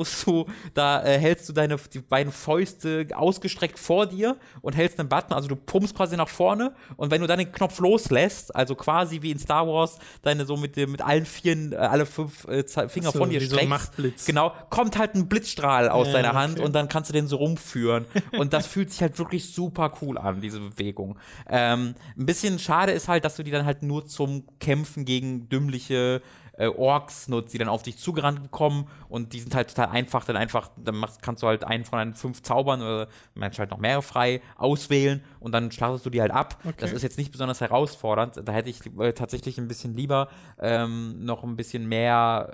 da hältst du die beiden Fäuste ausgestreckt vor dir und hältst einen Button, also du pumpst quasi nach vorne und wenn du dann den Knopf loslässt, also quasi wie in Star Wars, mit allen vieren, alle 5 Finger von dir streckst, so ein Machtblitz. Genau, kommt halt ein Blitzstrahl aus deiner Hand und dann kannst du den so rumführen. Und das fühlt sich halt wirklich super cool an, diese Bewegung. Ein bisschen schade ist halt, dass du die dann halt nur zum Kämpfen gegen dümmliche Orks nutzt, die dann auf dich zugerannt kommen und die sind halt total einfach, kannst du halt einen von deinen 5 Zaubern oder manchmal halt noch mehrere frei auswählen und dann schlachtest du die halt ab. Okay. Das ist jetzt nicht besonders herausfordernd, da hätte ich tatsächlich ein bisschen lieber noch ein bisschen mehr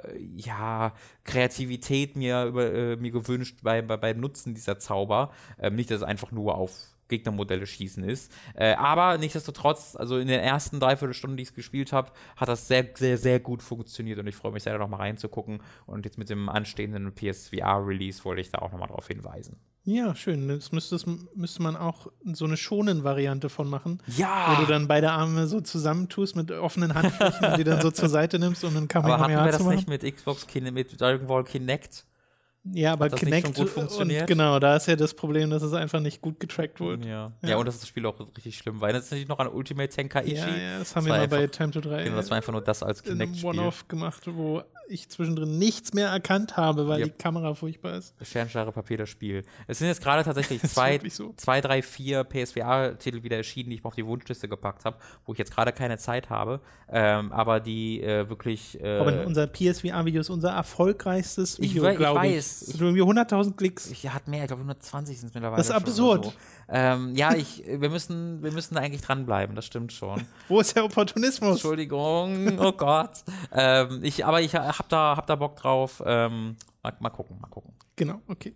Kreativität mir gewünscht beim Nutzen dieser Zauber. Nicht, dass es einfach nur auf Gegnermodelle schießen ist. Aber nichtsdestotrotz, also in den ersten 3/4 Stunden, die ich es gespielt habe, hat das sehr, sehr, sehr gut funktioniert und ich freue mich sehr, da noch mal reinzugucken. Und jetzt mit dem anstehenden PSVR-Release wollte ich da auch noch mal drauf hinweisen. Ja, schön. Das müsste man auch so eine Schonen-Variante von machen. Ja! Wo du dann beide Arme so zusammentust mit offenen Handflächen und die dann so zur Seite nimmst, um einen Kamehameha zu machen. Aber hatten wir das nicht mit Xbox mit Dragon Ball Kinect? Ja, aber Kinect gut funktioniert? Und genau, da ist ja das Problem, dass es einfach nicht gut getrackt wurde. Ja, und das Spiel auch richtig schlimm war. Das ist natürlich noch an Ultimate Tenkaichi. Ja, das haben wir mal bei Time to 3. Genau, das war einfach nur das als Kinect-Spiel. One-Off gemacht, wo ich zwischendrin nichts mehr erkannt habe, weil die Kamera furchtbar ist. Scherenschere Papier, das Spiel. Es sind jetzt gerade tatsächlich 2, 3, 4 PSVR-Titel wieder erschienen, die ich mal auf die Wunschliste gepackt habe, wo ich jetzt gerade keine Zeit habe, aber die wirklich aber unser PSVR-Video ist unser erfolgreichstes Video, glaube ich. Ich weiß. Es hat irgendwie 100.000 Klicks. Ja, hat mehr, ich glaube 120 sind es mittlerweile. Das ist absurd. So. Wir müssen da eigentlich dranbleiben, das stimmt schon. Wo ist der Opportunismus? Entschuldigung, oh Gott. Ich hab da Bock drauf. Mal gucken. Genau, okay.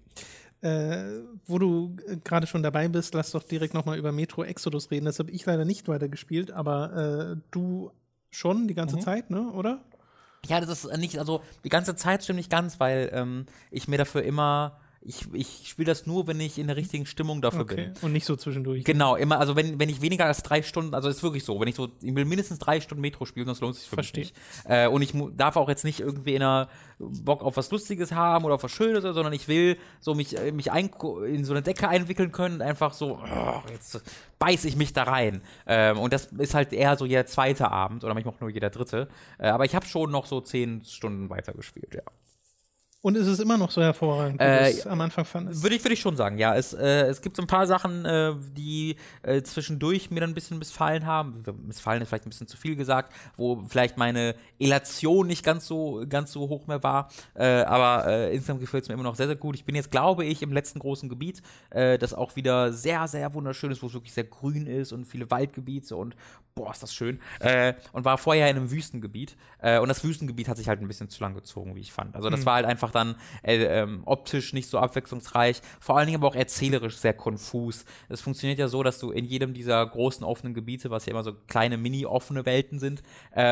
Wo du gerade schon dabei bist, lass doch direkt nochmal über Metro Exodus reden. Das habe ich leider nicht weitergespielt, aber du schon die ganze Zeit, ne, oder? Ja, das ist nicht, also die ganze Zeit stimmt nicht ganz, weil ich mir dafür immer, ich spiele das nur, wenn ich in der richtigen Stimmung dafür bin. Und nicht so zwischendurch. Genau, immer, also wenn ich weniger als 3 Stunden, also ist wirklich so, ich will mindestens 3 Stunden Metro spielen, sonst lohnt es sich für mich nicht. Und ich darf auch jetzt nicht irgendwie Bock auf was Lustiges haben oder auf was Schönes, sondern ich will so mich in so eine Decke einwickeln können, einfach so, jetzt beiß ich mich da rein. Und das ist halt eher so jeder zweite Abend oder manchmal auch nur jeder dritte. Aber ich habe schon noch so 10 Stunden weitergespielt, ja. Und ist es immer noch so hervorragend, wie du es am Anfang fandest? Würde ich schon sagen, ja. Es gibt so ein paar Sachen, die zwischendurch mir dann ein bisschen missfallen haben. Missfallen ist vielleicht ein bisschen zu viel gesagt, wo vielleicht meine Elation nicht ganz so hoch mehr war. Aber insgesamt gefällt es mir immer noch sehr, sehr gut. Ich bin jetzt, glaube ich, im letzten großen Gebiet, das auch wieder sehr, sehr wunderschön ist, wo es wirklich sehr grün ist und viele Waldgebiete und boah, ist das schön. Und war vorher in einem Wüstengebiet. Und das Wüstengebiet hat sich halt ein bisschen zu lang gezogen, wie ich fand. Also das war halt einfach dann optisch nicht so abwechslungsreich, vor allen Dingen aber auch erzählerisch sehr konfus. Es funktioniert ja so, dass du in jedem dieser großen offenen Gebiete, was ja immer so kleine mini-offene Welten sind,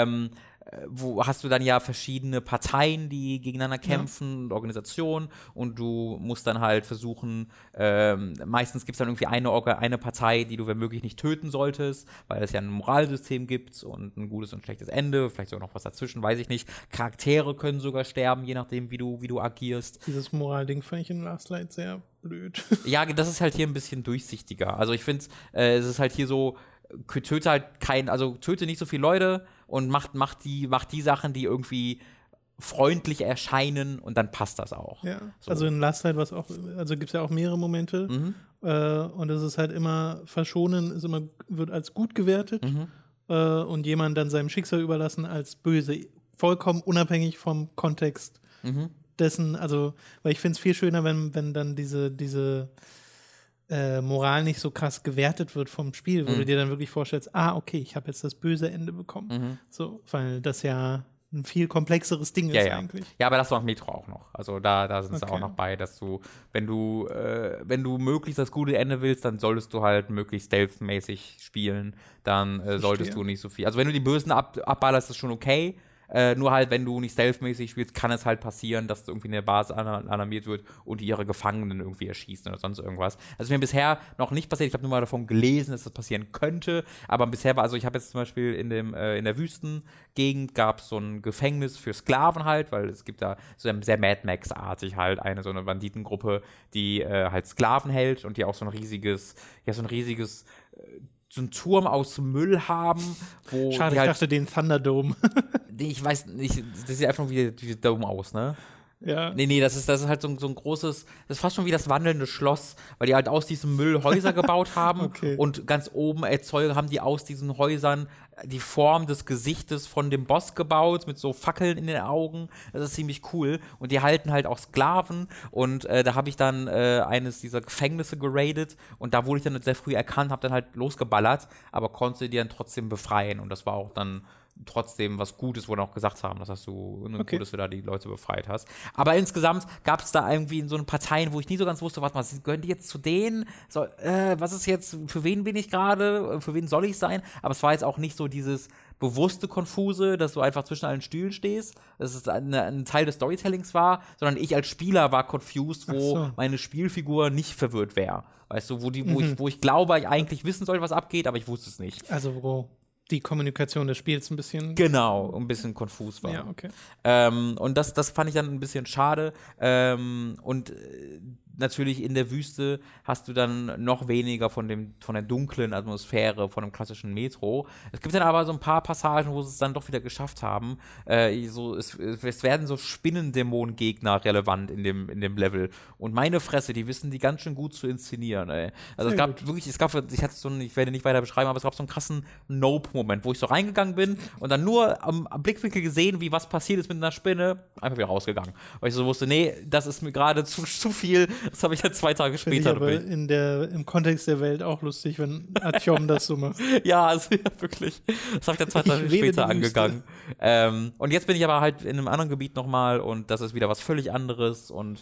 wo hast du dann ja verschiedene Parteien, die gegeneinander kämpfen und Organisationen und du musst dann halt versuchen, meistens gibt es dann irgendwie eine Partei, die du wenn möglich nicht töten solltest, weil es ja ein Moralsystem gibt und ein gutes und schlechtes Ende, vielleicht sogar noch was dazwischen, weiß ich nicht. Charaktere können sogar sterben, je nachdem, wie du agierst. Dieses Moralding fand ich in Last Light sehr blöd. Ja, das ist halt hier ein bisschen durchsichtiger. Also ich finde, es ist halt hier so, töte nicht so viele Leute, und macht die Sachen, die irgendwie freundlich erscheinen und dann passt das auch. Ja, So. also in Last Light gibt es ja auch mehrere Momente und es ist halt immer verschonen, wird als gut gewertet und jemand dann seinem Schicksal überlassen als böse, vollkommen unabhängig vom Kontext dessen, also, weil ich finde es viel schöner, wenn dann diese Moral nicht so krass gewertet wird vom Spiel, wo du dir dann wirklich vorstellst, okay, ich habe jetzt das böse Ende bekommen. So, weil das ja ein viel komplexeres Ding ist eigentlich. Ja, aber das macht Metro auch noch. Also da sind sie auch noch bei, dass du, wenn du möglichst das gute Ende willst, dann solltest du halt möglichst stealth-mäßig spielen. Dann solltest du nicht so viel. Also wenn du die Bösen abballerst, ist schon okay. Nur halt, wenn du nicht stealth-mäßig spielst, kann es halt passieren, dass irgendwie eine Base alarmiert wird und die ihre Gefangenen irgendwie erschießen oder sonst irgendwas. Also ist mir bisher noch nicht passiert. Ich habe nur mal davon gelesen, dass das passieren könnte. Aber bisher war, also ich habe jetzt zum Beispiel in der Wüstengegend gab es so ein Gefängnis für Sklaven halt, weil es gibt da so sehr Mad Max-artig halt so eine Banditengruppe, die halt Sklaven hält und die auch so ein riesiges so einen Turm aus Müll haben, wo Schade, ich dachte den Thunderdome. Ich weiß nicht, das sieht einfach wie Dome aus, ne? Ja. Nee, das ist halt so ein großes, das ist fast schon wie das wandelnde Schloss, weil die halt aus diesem Müll Häuser gebaut haben und ganz oben haben die aus diesen Häusern die Form des Gesichtes von dem Boss gebaut, mit so Fackeln in den Augen. Das ist ziemlich cool. Und die halten halt auch Sklaven und da habe ich dann eines dieser Gefängnisse geradet und da wurde ich dann sehr früh erkannt, habe dann halt losgeballert, aber konnte die dann trotzdem befreien und das war auch dann trotzdem was Gutes, wo wir auch gesagt haben, das hast du gut, dass du da die Leute befreit hast. Aber insgesamt gab es da irgendwie in so Parteien, wo ich nie so ganz wusste, warte mal, gehören die jetzt zu denen? Was ist jetzt, für wen bin ich gerade? Für wen soll ich sein? Aber es war jetzt auch nicht so dieses bewusste Konfuse, dass du einfach zwischen allen Stühlen stehst, dass es ein Teil des Storytellings war, sondern ich als Spieler war confused, wo meine Spielfigur nicht verwirrt wäre. Weißt du, wo ich glaube, ich eigentlich wissen soll, was abgeht, aber ich wusste es nicht. Also wo die Kommunikation des Spiels ein bisschen konfus war. Ja, okay. Und das fand ich dann ein bisschen schade. Natürlich in der Wüste hast du dann noch weniger von der dunklen Atmosphäre, von dem klassischen Metro. Es gibt dann aber so ein paar Passagen, wo sie es dann doch wieder geschafft haben. Es werden so Spinnendämonen-Gegner relevant in dem Level. Und meine Fresse, die wissen die ganz schön gut zu inszenieren, ey. Also ich werde nicht weiter beschreiben, aber es gab so einen krassen Nope-Moment, wo ich so reingegangen bin und dann nur am Blickwinkel gesehen, wie was passiert ist mit einer Spinne, einfach wieder rausgegangen. Weil ich so wusste, nee, das ist mir gerade zu viel. Das habe ich ja 2 Tage später. Aber im Kontext der Welt auch lustig, wenn Artyom das so macht. Ja, wirklich. Das habe ich dann 2 Tage später angegangen. Und jetzt bin ich aber halt in einem anderen Gebiet nochmal und das ist wieder was völlig anderes und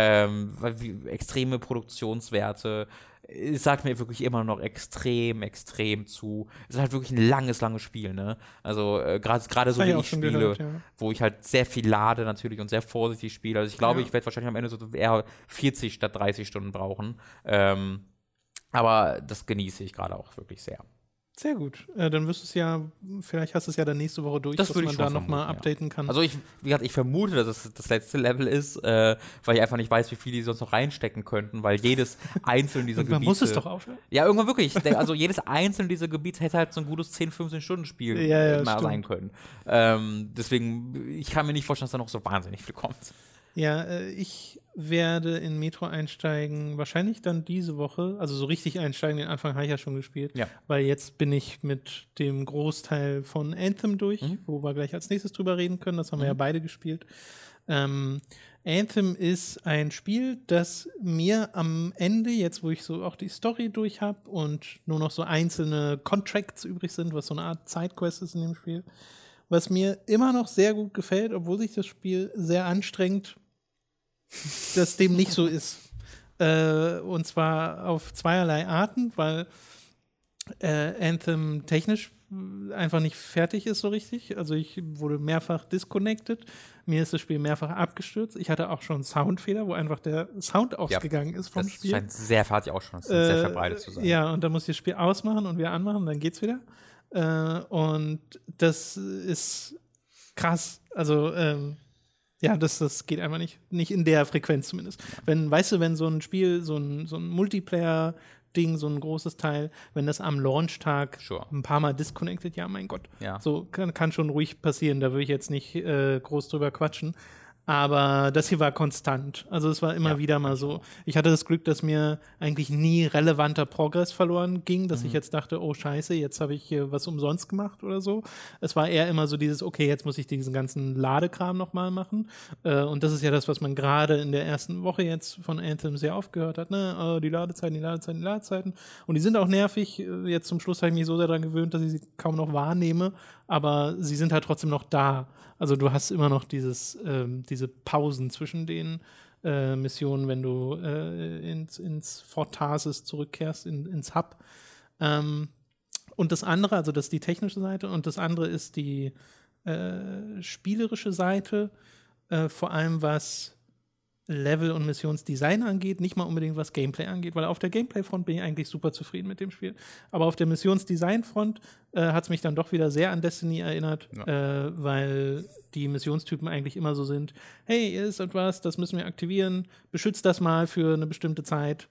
extreme Produktionswerte. Es sagt mir wirklich immer noch extrem zu. Es ist halt wirklich ein langes Spiel, ne? Also gerade so wie ich spiele, gehört, wo ich halt sehr viel lade natürlich und sehr vorsichtig spiele. Also ich glaube, ich werde wahrscheinlich am Ende so eher 40 statt 30 Stunden brauchen. Aber das genieße ich gerade auch wirklich sehr. Sehr gut. Dann wirst du es vielleicht hast du es ja dann nächste Woche durch, dass man da nochmal updaten kann. Also wie gesagt, ich vermute, dass es das letzte Level ist, weil ich einfach nicht weiß, wie viel die sonst noch reinstecken könnten, weil jedes einzelne dieser Gebiete... Man muss es doch aufhören. Ja, irgendwann wirklich. Also jedes einzelne dieser Gebiete hätte halt so ein gutes 10-15-Stunden-Spiel mal sein können. Deswegen, ich kann mir nicht vorstellen, dass da noch so wahnsinnig viel kommt. Ja, ich werde in Metro einsteigen, wahrscheinlich dann diese Woche, also so richtig einsteigen, den Anfang habe ich ja schon gespielt, weil jetzt bin ich mit dem Großteil von Anthem durch, wo wir gleich als nächstes drüber reden können, das haben wir ja beide gespielt. Anthem ist ein Spiel, das mir am Ende, jetzt wo ich so auch die Story durch habe und nur noch so einzelne Contracts übrig sind, was so eine Art Sidequest ist in dem Spiel, was mir immer noch sehr gut gefällt, obwohl sich das Spiel sehr anstrengt, dass dem nicht so ist. Und zwar auf zweierlei Arten, weil Anthem technisch einfach nicht fertig ist so richtig. Also ich wurde mehrfach disconnected. Mir ist das Spiel mehrfach abgestürzt. Ich hatte auch schon Soundfehler, wo einfach der Sound ausgegangen ist vom Spiel. Das scheint hat ja auch schon sehr verbreitet zu sein. Ja, und dann muss ich das Spiel ausmachen und wieder anmachen, dann geht's wieder. Und das ist krass. Also das geht einfach nicht. Nicht in der Frequenz zumindest. Wenn so ein Spiel, so ein Multiplayer Ding, so ein großes Teil, wenn das am Launchtag Sure. ein paar Mal disconnected, ja, mein Gott. Ja. So kann schon ruhig passieren, da würde ich jetzt nicht groß drüber quatschen. Aber das hier war konstant. Also es war immer wieder mal so. Ich hatte das Glück, dass mir eigentlich nie relevanter Progress verloren ging, dass ich jetzt dachte, oh scheiße, jetzt habe ich hier was umsonst gemacht oder so. Es war eher immer so dieses, okay, jetzt muss ich diesen ganzen Ladekram nochmal machen. Und das ist ja das, was man gerade in der ersten Woche jetzt von Anthem sehr oft gehört hat. Ne? Die Ladezeiten. Und die sind auch nervig. Jetzt zum Schluss habe ich mich so sehr daran gewöhnt, dass ich sie kaum noch wahrnehme. Aber sie sind halt trotzdem noch da. Also du hast immer noch diese Pausen zwischen den Missionen, wenn du ins Fort Tarsis zurückkehrst, ins Hub. Und das andere, also das ist die technische Seite, und das andere ist die spielerische Seite, vor allem was Level- und Missionsdesign angeht, nicht mal unbedingt was Gameplay angeht, weil auf der Gameplay-Front bin ich eigentlich super zufrieden mit dem Spiel. Aber auf der Missionsdesign-Front hat es mich dann doch wieder sehr an Destiny erinnert, weil die Missionstypen eigentlich immer so sind, hey, hier ist etwas, das müssen wir aktivieren, beschützt das mal für eine bestimmte Zeit.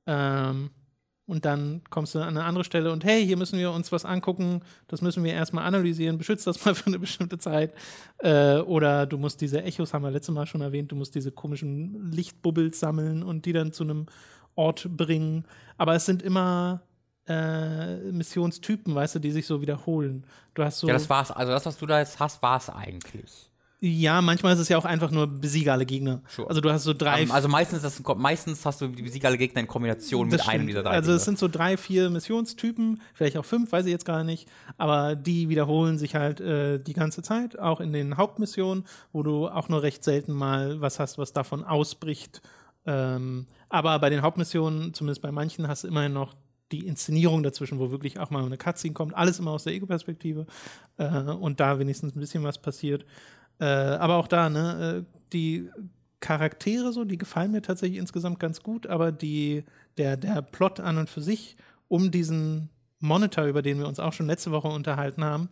Und dann kommst du an eine andere Stelle und hey, hier müssen wir uns was angucken, das müssen wir erstmal analysieren, beschützt das mal für eine bestimmte Zeit. Oder du musst diese Echos, haben wir letztes Mal schon erwähnt, du musst diese komischen Lichtbubbles sammeln und die dann zu einem Ort bringen. Aber es sind immer Missionstypen, weißt du, die sich so wiederholen. Du hast so. Ja, das war's. Also das, was du da jetzt hast, war's eigentlich. Ja, manchmal ist es ja auch einfach nur besiege alle Gegner. Sure. Also du hast so 3. Also meistens hast du die besiege alle Gegner in Kombination mit einem dieser 3. Also es sind so 3, 4 Missionstypen, vielleicht auch 5, weiß ich jetzt gar nicht. Aber die wiederholen sich halt die ganze Zeit, auch in den Hauptmissionen, wo du auch nur recht selten mal was hast, was davon ausbricht. Aber bei den Hauptmissionen, zumindest bei manchen, hast du immerhin noch die Inszenierung dazwischen, wo wirklich auch mal eine Cutscene kommt. Alles immer aus der Ego-Perspektive. Und da wenigstens ein bisschen was passiert. Aber auch da, ne, die Charaktere so, die gefallen mir tatsächlich insgesamt ganz gut, aber der Plot an und für sich um diesen Monitor, über den wir uns auch schon letzte Woche unterhalten haben,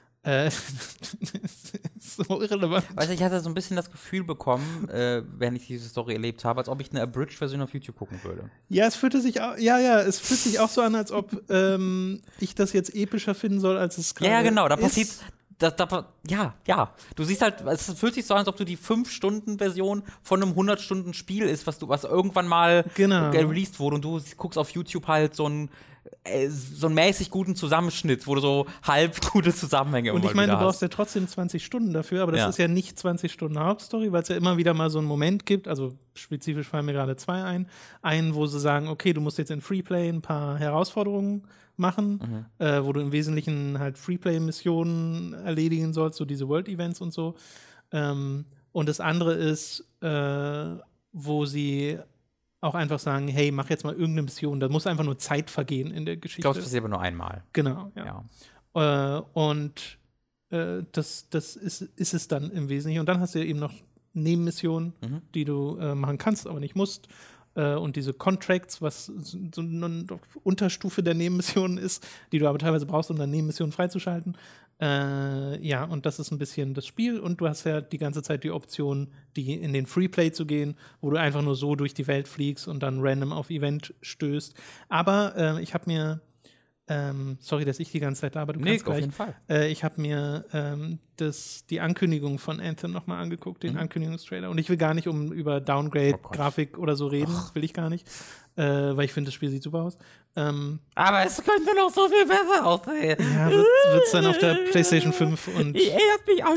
ist so irrelevant. Weißt du, ich hatte so ein bisschen das Gefühl bekommen, während ich diese Story erlebt habe, als ob ich eine Abridged-Version auf YouTube gucken würde. Ja, es fühlt sich auch so an, als ob ich das jetzt epischer finden soll, als es gerade ist. Ja, genau, da passiert. Ja. Du siehst halt, es fühlt sich so an, als ob du die 5-Stunden-Version von einem 100-Stunden-Spiel ist, was irgendwann mal released wurde und du guckst auf YouTube halt so einen mäßig guten Zusammenschnitt, wo du so halb gute Zusammenhänge und ich meine, du brauchst ja trotzdem 20 Stunden dafür, aber das ist ja nicht 20 Stunden Hauptstory, weil es ja immer wieder mal so einen Moment gibt, also spezifisch fallen mir gerade 2 ein. Einen, wo sie sagen, okay, du musst jetzt in Freeplay ein paar Herausforderungen machen, wo du im Wesentlichen halt Freeplay-Missionen erledigen sollst, so diese World-Events und so. Und das andere ist, wo sie auch einfach sagen, hey, mach jetzt mal irgendeine Mission. Da muss einfach nur Zeit vergehen in der Geschichte. Ich glaube, das passiert aber nur einmal. Genau, ja. Und das ist es dann im Wesentlichen. Und dann hast du ja eben noch Nebenmissionen, die du machen kannst, aber nicht musst. Und diese Contracts, was so eine Unterstufe der Nebenmissionen ist, die du aber teilweise brauchst, um dann Nebenmissionen freizuschalten. Und das ist ein bisschen das Spiel. Und du hast ja die ganze Zeit die Option, in den Freeplay zu gehen, wo du einfach nur so durch die Welt fliegst und dann random auf Event stößt. Aber ich habe mir sorry, dass ich die ganze Zeit da, aber du kannst gleich. Auf jeden Fall. Ich habe mir die Ankündigung von Anthem nochmal angeguckt, den Ankündigungstrailer. Und ich will gar nicht über Downgrade, Grafik oder so reden. Will ich gar nicht. Weil ich finde, das Spiel sieht super aus. Aber es könnte noch so viel besser aussehen. Ja, wird's dann auf der PlayStation 5 und EA hat mich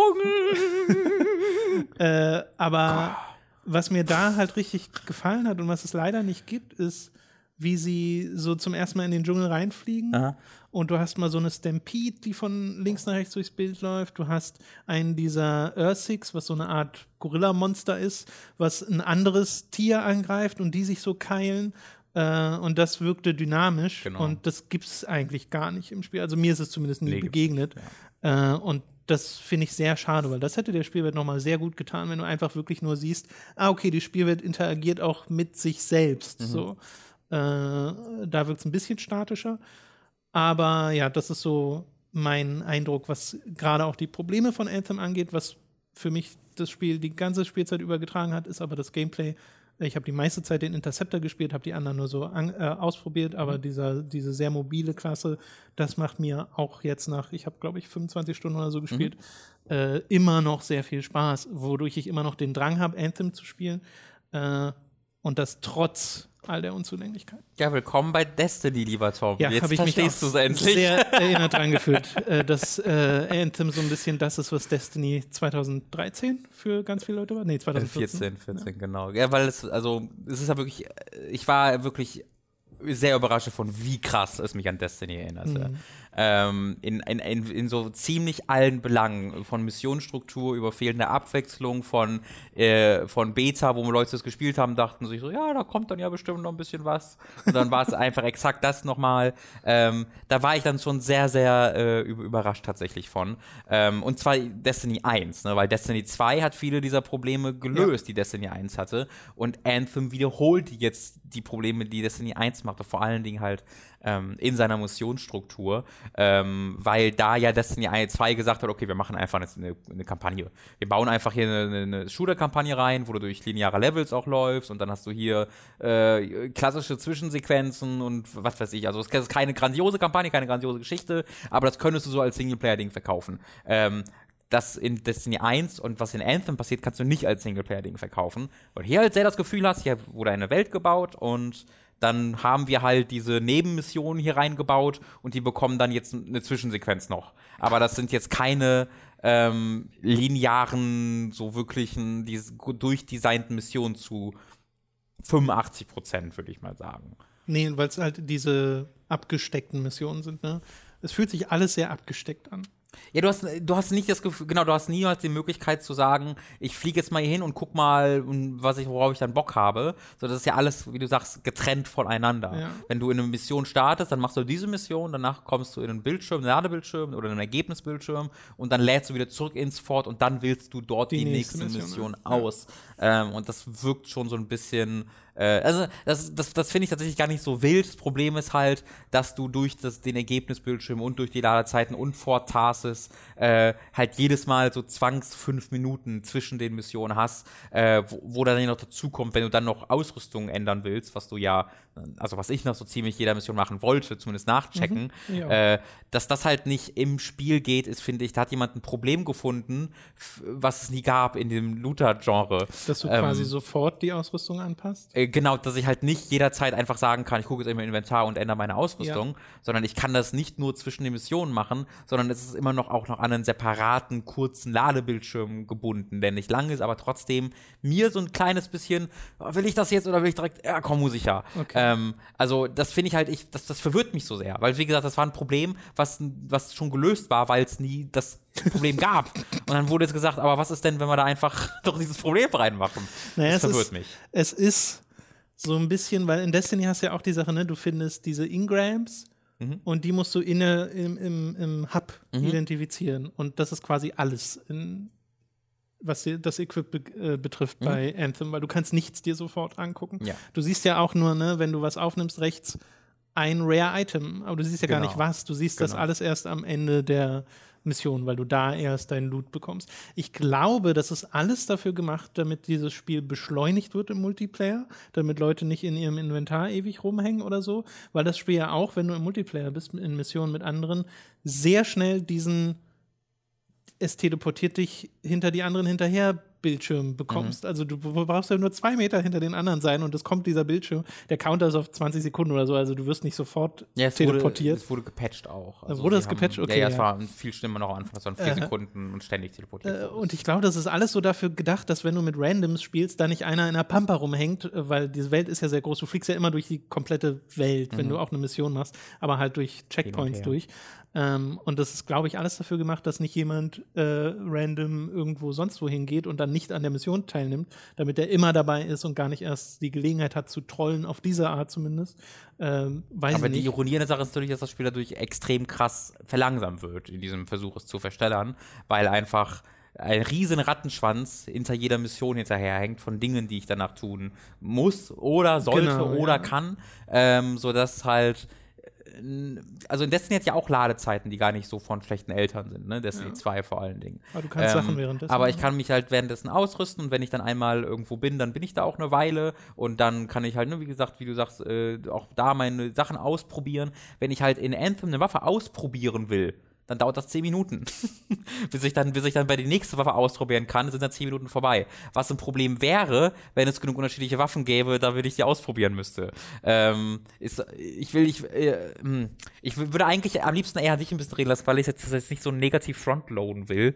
angelogen. Aber was mir da halt richtig gefallen hat und was es leider nicht gibt, ist, wie sie so zum ersten Mal in den Dschungel reinfliegen. Aha. Und du hast mal so eine Stampede, die von links nach rechts durchs Bild läuft. Du hast einen dieser Ursics, was so eine Art Gorilla-Monster ist, was ein anderes Tier angreift und die sich so keilen. Und das wirkte dynamisch. Genau. Und das gibt's eigentlich gar nicht im Spiel. Also mir ist es zumindest nie begegnet. Und das finde ich sehr schade, weil das hätte der Spielwelt nochmal sehr gut getan, wenn du einfach wirklich nur siehst, okay, die Spielwelt interagiert auch mit sich selbst. So. Da wirkt es ein bisschen statischer. Aber ja, das ist so mein Eindruck, was gerade auch die Probleme von Anthem angeht, was für mich das Spiel die ganze Spielzeit über getragen hat, ist aber das Gameplay Ich habe die meiste Zeit den Interceptor gespielt, habe die anderen nur so ausprobiert, aber diese sehr mobile Klasse, das macht mir auch jetzt ich habe glaube ich 25 Stunden oder so gespielt, immer noch sehr viel Spaß, wodurch ich immer noch den Drang habe, Anthem zu spielen und das trotz all der Unzulänglichkeit. Ja, willkommen bei Destiny, lieber Tom. Ja, jetzt verstehst du es endlich. Sehr erinnert dran gefühlt, dass Anthem so ein bisschen das ist, was Destiny 2013 für ganz viele Leute war. Nee, 2014. 14, genau. Ja, weil es ist ja wirklich, ich war wirklich sehr überrascht von, wie krass es mich an Destiny erinnert. In so ziemlich allen Belangen, von Missionsstruktur über fehlende Abwechslung, von Beta, wo Leute das gespielt haben, dachten sich so, ja, da kommt dann ja bestimmt noch ein bisschen was. Und dann war es einfach exakt das nochmal. Da war ich dann schon sehr, sehr überrascht tatsächlich von. Und zwar Destiny 1, ne, weil Destiny 2 hat viele dieser Probleme gelöst, die Destiny 1 hatte. Und Anthem wiederholt jetzt die Probleme, die Destiny 1 machte, vor allen Dingen halt in seiner Missionsstruktur, weil da ja Destiny 2 gesagt hat, okay, wir machen einfach eine Kampagne. Wir bauen einfach hier eine Shooter-Kampagne rein, wo du durch lineare Levels auch läufst und dann hast du hier klassische Zwischensequenzen und was weiß ich. Also es ist keine grandiose Kampagne, keine grandiose Geschichte, aber das könntest du so als Singleplayer-Ding verkaufen. Das in Destiny 1 und was in Anthem passiert, kannst du nicht als Singleplayer-Ding verkaufen. Und hier halt sehr das Gefühl hast, hier wurde eine Welt gebaut und dann haben wir halt diese Nebenmissionen hier reingebaut und die bekommen dann jetzt eine Zwischensequenz noch. Aber das sind jetzt keine linearen, so wirklichen, durchdesignten Missionen zu 85%, würde ich mal sagen. Nee, weil es halt diese abgesteckten Missionen sind, ne? Es fühlt sich alles sehr abgesteckt an. Ja, du hast nicht das Gefühl, genau, du hast niemals die Möglichkeit zu sagen, ich fliege jetzt mal hier hin und guck mal, worauf ich dann Bock habe. So, das ist ja alles, wie du sagst, getrennt voneinander. Ja. Wenn du in eine Mission startest, dann machst du diese Mission, danach kommst du in einen Bildschirm, einen Ladebildschirm oder einen Ergebnisbildschirm und dann lädst du wieder zurück ins Fort und dann wählst du dort die nächste Mission aus. Und das wirkt schon so ein bisschen also das finde ich tatsächlich gar nicht so wild. Das Problem ist halt, dass du durch den Ergebnisbildschirm und durch die Ladezeiten und vor Tarsis halt jedes Mal so 5 Minuten zwischen den Missionen hast, wo dann noch dazu kommt, wenn du dann noch Ausrüstung ändern willst, was du ja, also was ich noch so ziemlich jeder Mission machen wollte, zumindest nachchecken, dass das halt nicht im Spiel geht, ist, finde ich, da hat jemand ein Problem gefunden, was es nie gab in dem Looter-Genre. Dass du quasi sofort die Ausrüstung anpasst? Genau, dass ich halt nicht jederzeit einfach sagen kann, ich gucke jetzt in mein Inventar und ändere meine Ausrüstung, sondern ich kann das nicht nur zwischen den Missionen machen, sondern es ist immer noch auch noch an einen separaten, kurzen Ladebildschirm gebunden, der nicht lang ist, aber trotzdem mir so ein kleines bisschen, will ich das jetzt oder will ich direkt, ja komm, muss ich ja. Okay. Also das finde ich halt, das verwirrt mich so sehr, weil wie gesagt, das war ein Problem, was schon gelöst war, weil es nie das Problem gab. Und dann wurde jetzt gesagt, aber was ist denn, wenn wir da einfach doch dieses Problem reinmachen? Naja, das verwirrt mich. Es ist so ein bisschen, weil in Destiny hast du ja auch die Sache, ne, du findest diese Ingrams und die musst du im Hub identifizieren. Und das ist quasi alles, was das Equip betrifft bei Anthem, weil du kannst nichts dir sofort angucken. Ja. Du siehst ja auch nur, ne, wenn du was aufnimmst, rechts ein Rare-Item, aber du siehst ja gar nicht was. Du siehst das alles erst am Ende der Mission, weil du da erst deinen Loot bekommst. Ich glaube, das ist alles dafür gemacht, damit dieses Spiel beschleunigt wird im Multiplayer, damit Leute nicht in ihrem Inventar ewig rumhängen oder so, weil das Spiel ja auch, wenn du im Multiplayer bist, in Missionen mit anderen, sehr schnell es teleportiert dich hinter die anderen hinterher Bildschirm bekommst. Also du brauchst ja nur 2 Meter hinter den anderen sein und es kommt dieser Bildschirm. Der Counter ist auf 20 Sekunden oder so, also du wirst nicht sofort teleportiert. Es wurde gepatcht auch. Also wurde das gepatcht? Okay. Ja, es war viel schlimmer noch am Anfang, es waren 4 Sekunden und ständig teleportiert. Und ich glaube, das ist alles so dafür gedacht, dass wenn du mit Randoms spielst, da nicht einer in der Pampa rumhängt, weil diese Welt ist ja sehr groß. Du fliegst ja immer durch die komplette Welt, wenn du auch eine Mission machst, aber halt durch Checkpoints durch. Und das ist, glaube ich, alles dafür gemacht, dass nicht jemand random irgendwo sonst wohin geht und dann nicht an der Mission teilnimmt, damit er immer dabei ist und gar nicht erst die Gelegenheit hat zu trollen, auf diese Art zumindest. Aber die Ironie in der Sache ist natürlich, dass das Spiel dadurch extrem krass verlangsamt wird, in diesem Versuch, es zu verstellern, weil einfach ein riesen Rattenschwanz hinter jeder Mission hinterherhängt von Dingen, die ich danach tun muss oder sollte oder kann, sodass halt also in Destiny hat ja auch Ladezeiten, die gar nicht so von schlechten Eltern sind, ne? Destiny 2 vor allen Dingen. Aber du kannst Sachen währenddessen. Aber ich kann mich halt währenddessen ausrüsten und wenn ich dann einmal irgendwo bin, dann bin ich da auch eine Weile und dann kann ich halt, ne, wie gesagt, wie du sagst, auch da meine Sachen ausprobieren. Wenn ich halt in Anthem eine Waffe ausprobieren will, dann dauert das 10 Minuten. bis ich dann bei der nächsten Waffe ausprobieren kann, sind dann 10 Minuten vorbei. Was ein Problem wäre, wenn es genug unterschiedliche Waffen gäbe, da würde ich die ausprobieren müsste. Ich würde eigentlich am liebsten eher dich ein bisschen reden lassen, weil ich jetzt nicht so negativ frontloaden will.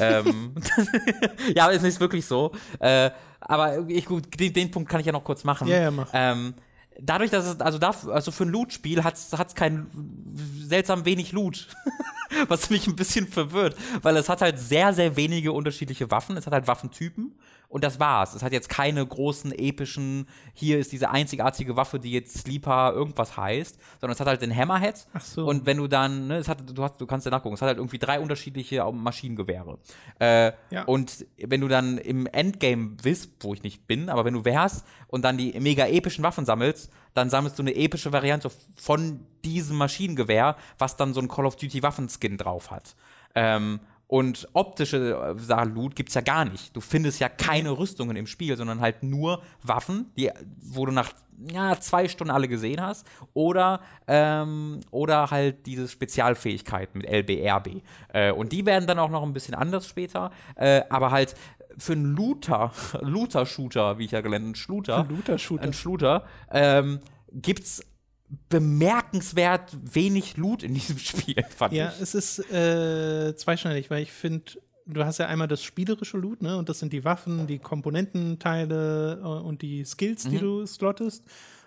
Ja, ist nicht wirklich so. Aber den Punkt kann ich ja noch kurz machen. Ja, mach. Dadurch, dass es, also für ein Loot-Spiel hat's kein seltsam wenig Loot. Was mich ein bisschen verwirrt, weil es hat halt sehr, sehr wenige unterschiedliche Waffen. Es hat halt Waffentypen und das war's. Es hat jetzt keine großen, epischen, hier ist diese einzigartige Waffe, die jetzt Sleeper irgendwas heißt, sondern es hat halt den Hammerhead. Ach so. Und wenn du dann, ne, du kannst ja nachgucken, es hat halt irgendwie 3 unterschiedliche Maschinengewehre. Ja. Und wenn du dann im Endgame bist, wo ich nicht bin, aber wenn du wärst und dann die mega epischen Waffen sammelst, dann sammelst du eine epische Variante von diesem Maschinengewehr, was dann so ein Call of Duty Waffenskin drauf hat. Und optische Loot gibt's ja gar nicht. Du findest ja keine Rüstungen im Spiel, sondern halt nur Waffen, wo du nach 2 Stunden alle gesehen hast. Oder halt diese Spezialfähigkeiten mit LB, RB. Und die werden dann auch noch ein bisschen anders später. Aber halt für einen Looter-Shooter, wie ich ja gelernt habe, ein Shooter, gibt's bemerkenswert wenig Loot in diesem Spiel, fand ich. Ja, es ist zweischneidig, weil ich finde, du hast ja einmal das spielerische Loot, ne? Und das sind die Waffen, die Komponententeile und die Skills, die du slottest.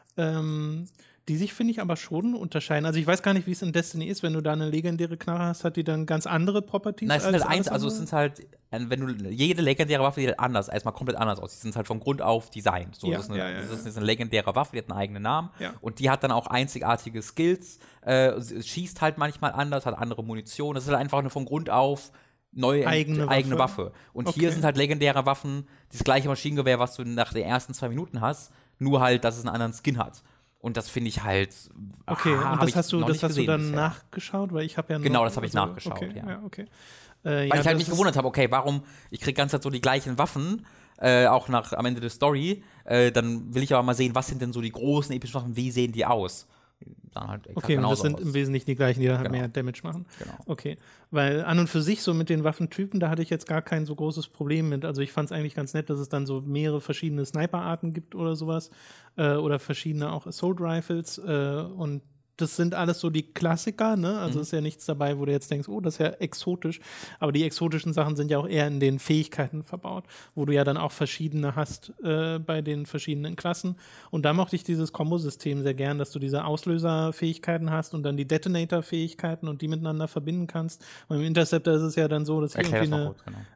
Die sich, finde ich, aber schon unterscheiden. Also ich weiß gar nicht, wie es in Destiny ist, wenn du da eine legendäre Knarre hast, hat die dann ganz andere Properties? Nein, es sind halt es sind halt, wenn du jede legendäre Waffe, die halt erstmal komplett anders aus. Die sind halt von Grund auf designt. So, das ist eine legendäre Waffe, die hat einen eigenen Namen und die hat dann auch einzigartige Skills, schießt halt manchmal anders, hat andere Munition. Das ist halt einfach eine von Grund auf neue eigene Waffe. Und hier sind halt legendäre Waffen, das gleiche Maschinengewehr, was du nach den ersten 2 Minuten hast, nur halt, dass es einen anderen Skin hat. Und das finde ich halt. Okay, und das hast du dann nachgeschaut? Weil ich habe ja noch, genau, das habe ich nachgeschaut, okay. Weil ich halt mich gewundert habe, okay, warum, ich kriege ganz halt so die gleichen Waffen, auch am Ende der Story, dann will ich aber mal sehen, was sind denn so die großen epischen Waffen, wie sehen die aus? Dann halt okay, und das sind im Wesentlichen die gleichen, die dann halt mehr Damage machen. Genau. Okay, weil an und für sich so mit den Waffentypen, da hatte ich jetzt gar kein so großes Problem mit. Also ich fand es eigentlich ganz nett, dass es dann so mehrere verschiedene Sniper-Arten gibt oder sowas oder verschiedene auch Assault Rifles und das sind alles so die Klassiker, ne? Also ist ja nichts dabei, wo du jetzt denkst, oh, das ist ja exotisch. Aber die exotischen Sachen sind ja auch eher in den Fähigkeiten verbaut, wo du ja dann auch verschiedene hast bei den verschiedenen Klassen. Und da mochte ich dieses Kombosystem sehr gern, dass du diese Auslöserfähigkeiten hast und dann die Detonator-Fähigkeiten und die miteinander verbinden kannst. Und im Interceptor ist es ja dann so, dass ich irgendwie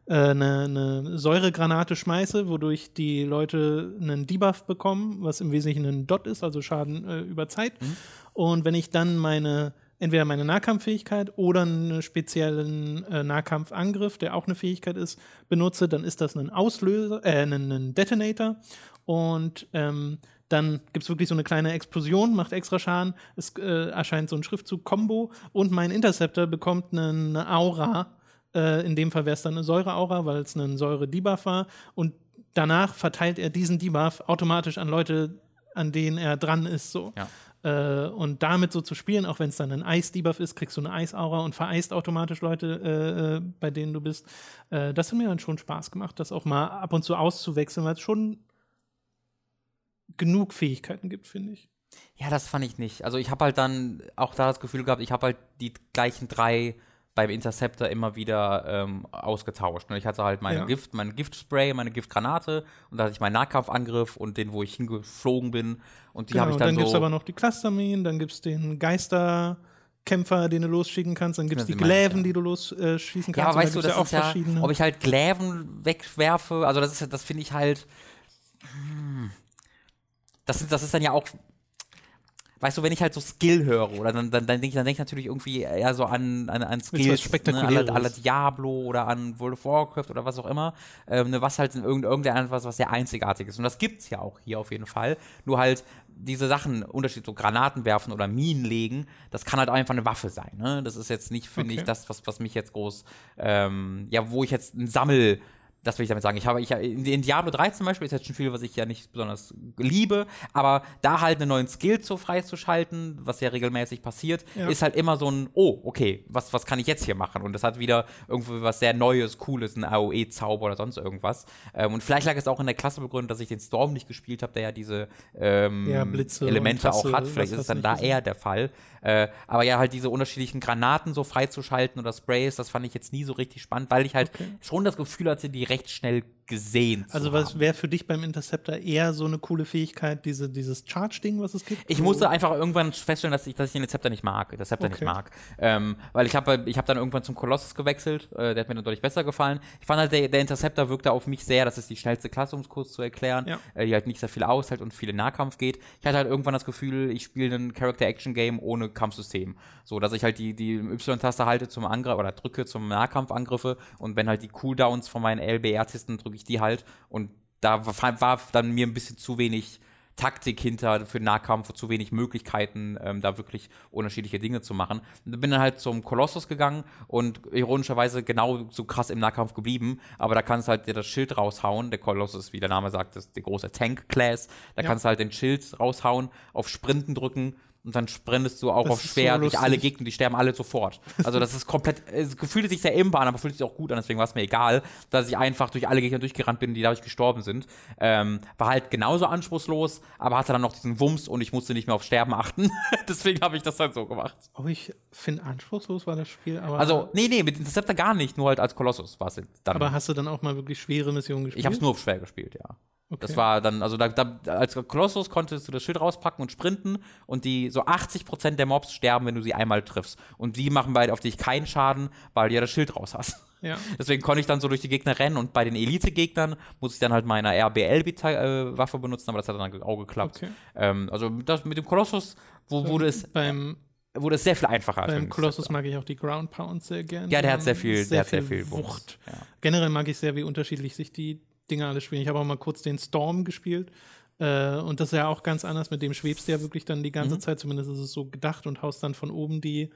eine Säuregranate schmeiße, wodurch die Leute einen Debuff bekommen, was im Wesentlichen ein Dot ist, also Schaden über Zeit. Und wenn ich dann entweder meine Nahkampffähigkeit oder einen speziellen Nahkampfangriff, der auch eine Fähigkeit ist, benutze, dann ist das ein Auslöser, ein Detonator. Und dann gibt es wirklich so eine kleine Explosion, macht extra Schaden. Es erscheint so ein Schriftzug Combo und mein Interceptor bekommt eine Aura. In dem Fall wäre es dann eine Säure-Aura, weil es ein Säure-Debuff war. Und danach verteilt er diesen Debuff automatisch an Leute, an denen er dran ist. So. Ja. Und damit so zu spielen, auch wenn es dann ein Eis-Debuff ist, kriegst du eine Eisaura und vereist automatisch Leute, bei denen du bist. Das hat mir dann schon Spaß gemacht, das auch mal ab und zu auszuwechseln, weil es schon genug Fähigkeiten gibt, finde ich. Ja, das fand ich nicht. Also ich habe halt dann auch da das Gefühl gehabt, ich habe halt die gleichen 3 beim Interceptor immer wieder ausgetauscht. Ich hatte halt meine Giftspray, meine Giftgranate und da hatte ich meinen Nahkampfangriff und den, wo ich hingeflogen bin. Und die habe ich dann gibt es aber noch die Clusterminen, dann gibt es den Geisterkämpfer, den du losschicken kannst, dann gibt es die Gläven, die du losschießen kannst. Ja, aber weißt du, das ist ja, ob ich halt Gläven wegwerfe, also das finde ich halt, das ist dann ja auch, weißt du, wenn ich halt so Skill höre, oder dann denke ich natürlich irgendwie eher so an Skills, Spektakuläres. à la Diablo oder an World of Warcraft oder was auch immer, was halt in irgendeiner was sehr einzigartig ist. Und das gibt's ja auch hier auf jeden Fall. Nur halt diese Sachen, Unterschied, so Granaten werfen oder Minen legen, das kann halt einfach eine Waffe sein. Ne? Das ist jetzt nicht, finde ich, das, was mich jetzt groß, wo ich jetzt das will ich damit sagen. In Diablo 3 zum Beispiel ist jetzt ein Spiel, was ich ja nicht besonders liebe, aber da halt einen neuen Skill freizuschalten, was ja regelmäßig passiert, ist halt immer so ein, okay, was kann ich jetzt hier machen? Und das hat wieder irgendwie was sehr Neues, Cooles, ein AOE-Zauber oder sonst irgendwas. Und vielleicht lag es auch in der Klasse begründet, dass ich den Storm nicht gespielt habe, der ja diese Blitze Elemente Tasse, auch hat. Vielleicht ist es dann da eher der Fall. Aber ja, halt diese unterschiedlichen Granaten so freizuschalten oder Sprays, das fand ich jetzt nie so richtig spannend, weil ich halt schon das Gefühl hatte, die recht schnell gesehen Also was wäre für dich beim Interceptor eher so eine coole Fähigkeit, dieses Charge-Ding, was es gibt? Ich musste einfach irgendwann feststellen, dass ich den Interceptor nicht mag. Weil ich hab dann irgendwann zum Colossus gewechselt, der hat mir dann deutlich besser gefallen. Ich fand halt, der Interceptor wirkte auf mich sehr, das ist die schnellste Klasse, um es kurz zu erklären, die halt nicht sehr viel aushält und viel in Nahkampf geht. Ich hatte halt irgendwann das Gefühl, ich spiele ein Character-Action-Game ohne Kampfsystem. So, dass ich halt die Y-Taste halte zum Angriff oder drücke zum Nahkampfangriffe und wenn halt die Cooldowns von meinen LB-Artisten drücke ich die halt und da war dann mir ein bisschen zu wenig Taktik hinter für Nahkampf, zu wenig Möglichkeiten, da wirklich unterschiedliche Dinge zu machen. Und bin dann halt zum Kolossus gegangen und ironischerweise genau so krass im Nahkampf geblieben, aber da kannst du halt dir das Schild raushauen. Der Kolossus, wie der Name sagt, ist der große Tank-Class. Da kannst du halt den Schild raushauen, auf Sprinten drücken und dann sprintest du auch auf schwer durch alle Gegner, die sterben alle sofort. Also das ist komplett, es fühlte sich sehr imbahn, aber fühlt sich auch gut an, deswegen war es mir egal, dass ich einfach durch alle Gegner durchgerannt bin, die dadurch gestorben sind. War halt genauso anspruchslos, aber hatte dann noch diesen Wumms und ich musste nicht mehr auf Sterben achten. Deswegen habe ich das halt so gemacht. Oh, ich finde, anspruchslos war das Spiel, aber... Also, nee, mit Interceptor gar nicht, nur halt als Kolossus war es dann. Aber hast du dann auch mal wirklich schwere Missionen gespielt? Ich habe es nur auf schwer gespielt, ja. Okay. Das war dann, also als Kolossus konntest du das Schild rauspacken und sprinten und die so 80% der Mobs sterben, wenn du sie einmal triffst. Und die machen auf dich keinen Schaden, weil du ja das Schild raus hast. Ja. Deswegen konnte ich dann so durch die Gegner rennen und bei den Elite-Gegnern muss ich dann halt meine RBL-Waffe benutzen, aber das hat dann auch geklappt. Okay. Also das mit dem Kolossus wurde es sehr viel einfacher. Beim Kolossus mag ich auch die Ground Pounds sehr gerne. Ja, der hat sehr viel Wucht. Ja. Generell mag ich sehr, wie unterschiedlich sich die Dinge alle spielen. Ich habe auch mal kurz den Storm gespielt. Und das ist ja auch ganz anders. Mit dem schwebst du ja wirklich dann die ganze Zeit. Zumindest ist es so gedacht und haust dann von oben die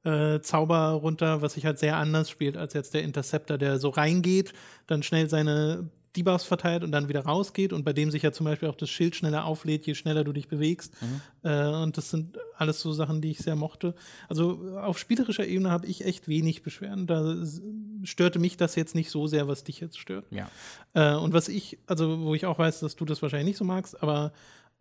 Zauber runter, was sich halt sehr anders spielt als jetzt der Interceptor, der so reingeht, dann schnell seine Debuffs verteilt und dann wieder rausgeht und bei dem sich ja zum Beispiel auch das Schild schneller auflädt, je schneller du dich bewegst. Und das sind alles so Sachen, die ich sehr mochte. Also auf spielerischer Ebene habe ich echt wenig Beschwerden. Da störte mich das jetzt nicht so sehr, was dich jetzt stört. Ja. Und wo ich auch weiß, dass du das wahrscheinlich nicht so magst, aber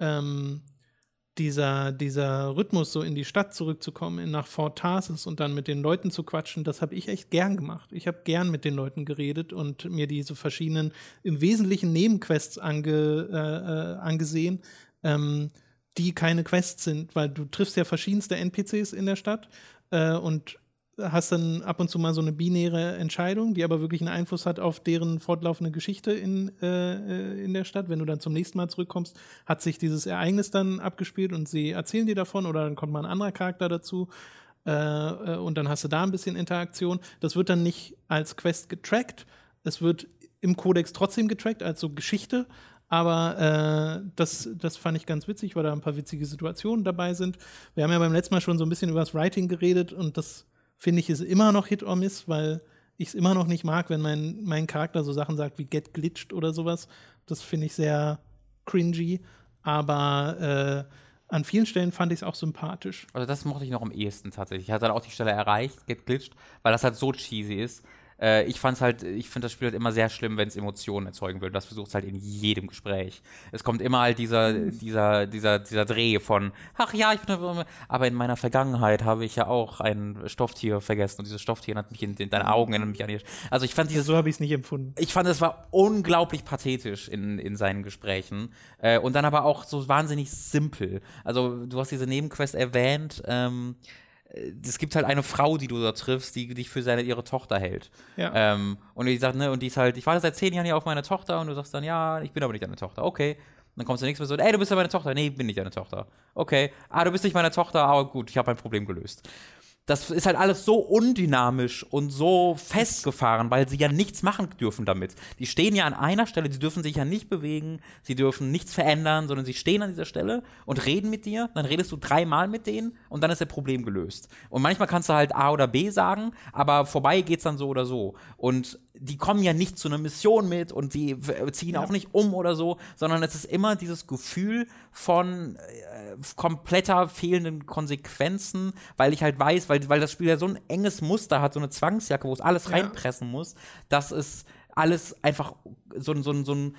dieser Rhythmus, so in die Stadt zurückzukommen, nach Fort Tarsis und dann mit den Leuten zu quatschen, das habe ich echt gern gemacht. Ich habe gern mit den Leuten geredet und mir diese verschiedenen, im Wesentlichen Nebenquests angesehen, die keine Quests sind, weil du triffst ja verschiedenste NPCs in der Stadt und hast dann ab und zu mal so eine binäre Entscheidung, die aber wirklich einen Einfluss hat auf deren fortlaufende Geschichte in der Stadt. Wenn du dann zum nächsten Mal zurückkommst, hat sich dieses Ereignis dann abgespielt und sie erzählen dir davon oder dann kommt mal ein anderer Charakter dazu und dann hast du da ein bisschen Interaktion. Das wird dann nicht als Quest getrackt, es wird im Kodex trotzdem getrackt als so Geschichte, aber das fand ich ganz witzig, weil da ein paar witzige Situationen dabei sind. Wir haben ja beim letzten Mal schon so ein bisschen über das Writing geredet und das finde ich, ist immer noch Hit or Miss, weil ich es immer noch nicht mag, wenn mein Charakter so Sachen sagt wie get glitched oder sowas. Das finde ich sehr cringy, aber an vielen Stellen fand ich es auch sympathisch. Also das mochte ich noch am ehesten tatsächlich. Ich hatte dann auch die Stelle erreicht, get glitched, weil das halt so cheesy ist. Ich finde das Spiel halt immer sehr schlimm, wenn es Emotionen erzeugen will. Das versucht es halt in jedem Gespräch. Es kommt immer halt dieser Dreh von, ach ja, aber in meiner Vergangenheit habe ich ja auch ein Stofftier vergessen und dieses Stofftier hat mich in deine Augen erinnert mich an die. Also ich fand so habe ich es nicht empfunden. Ich fand, es war unglaublich pathetisch in seinen Gesprächen und dann aber auch so wahnsinnig simpel. Also du hast diese Nebenquest erwähnt, es gibt halt eine Frau, die du da triffst, die dich für ihre Tochter hält. Ja. Und die sagt, ne, und die ist halt, ich warte seit 10 Jahren hier auf meine Tochter und du sagst dann, ja, ich bin aber nicht deine Tochter. Okay. Dann kommst du nächstes Mal so, ey, du bist ja meine Tochter. Nee, bin nicht deine Tochter. Okay. Du bist nicht meine Tochter, aber gut, ich habe mein Problem gelöst. Das ist halt alles so undynamisch und so festgefahren, weil sie ja nichts machen dürfen damit. Die stehen ja an einer Stelle, sie dürfen sich ja nicht bewegen, sie dürfen nichts verändern, sondern sie stehen an dieser Stelle und reden mit dir, dann redest du 3-mal mit denen und dann ist das Problem gelöst. Und manchmal kannst du halt A oder B sagen, aber vorbei geht's dann so oder so. Und die kommen ja nicht zu einer Mission mit und die ziehen auch nicht um oder so, sondern es ist immer dieses Gefühl von kompletter fehlenden Konsequenzen, weil ich halt weiß, weil das Spiel ja so ein enges Muster hat, so eine Zwangsjacke, wo es alles reinpressen muss, dass es alles einfach so ein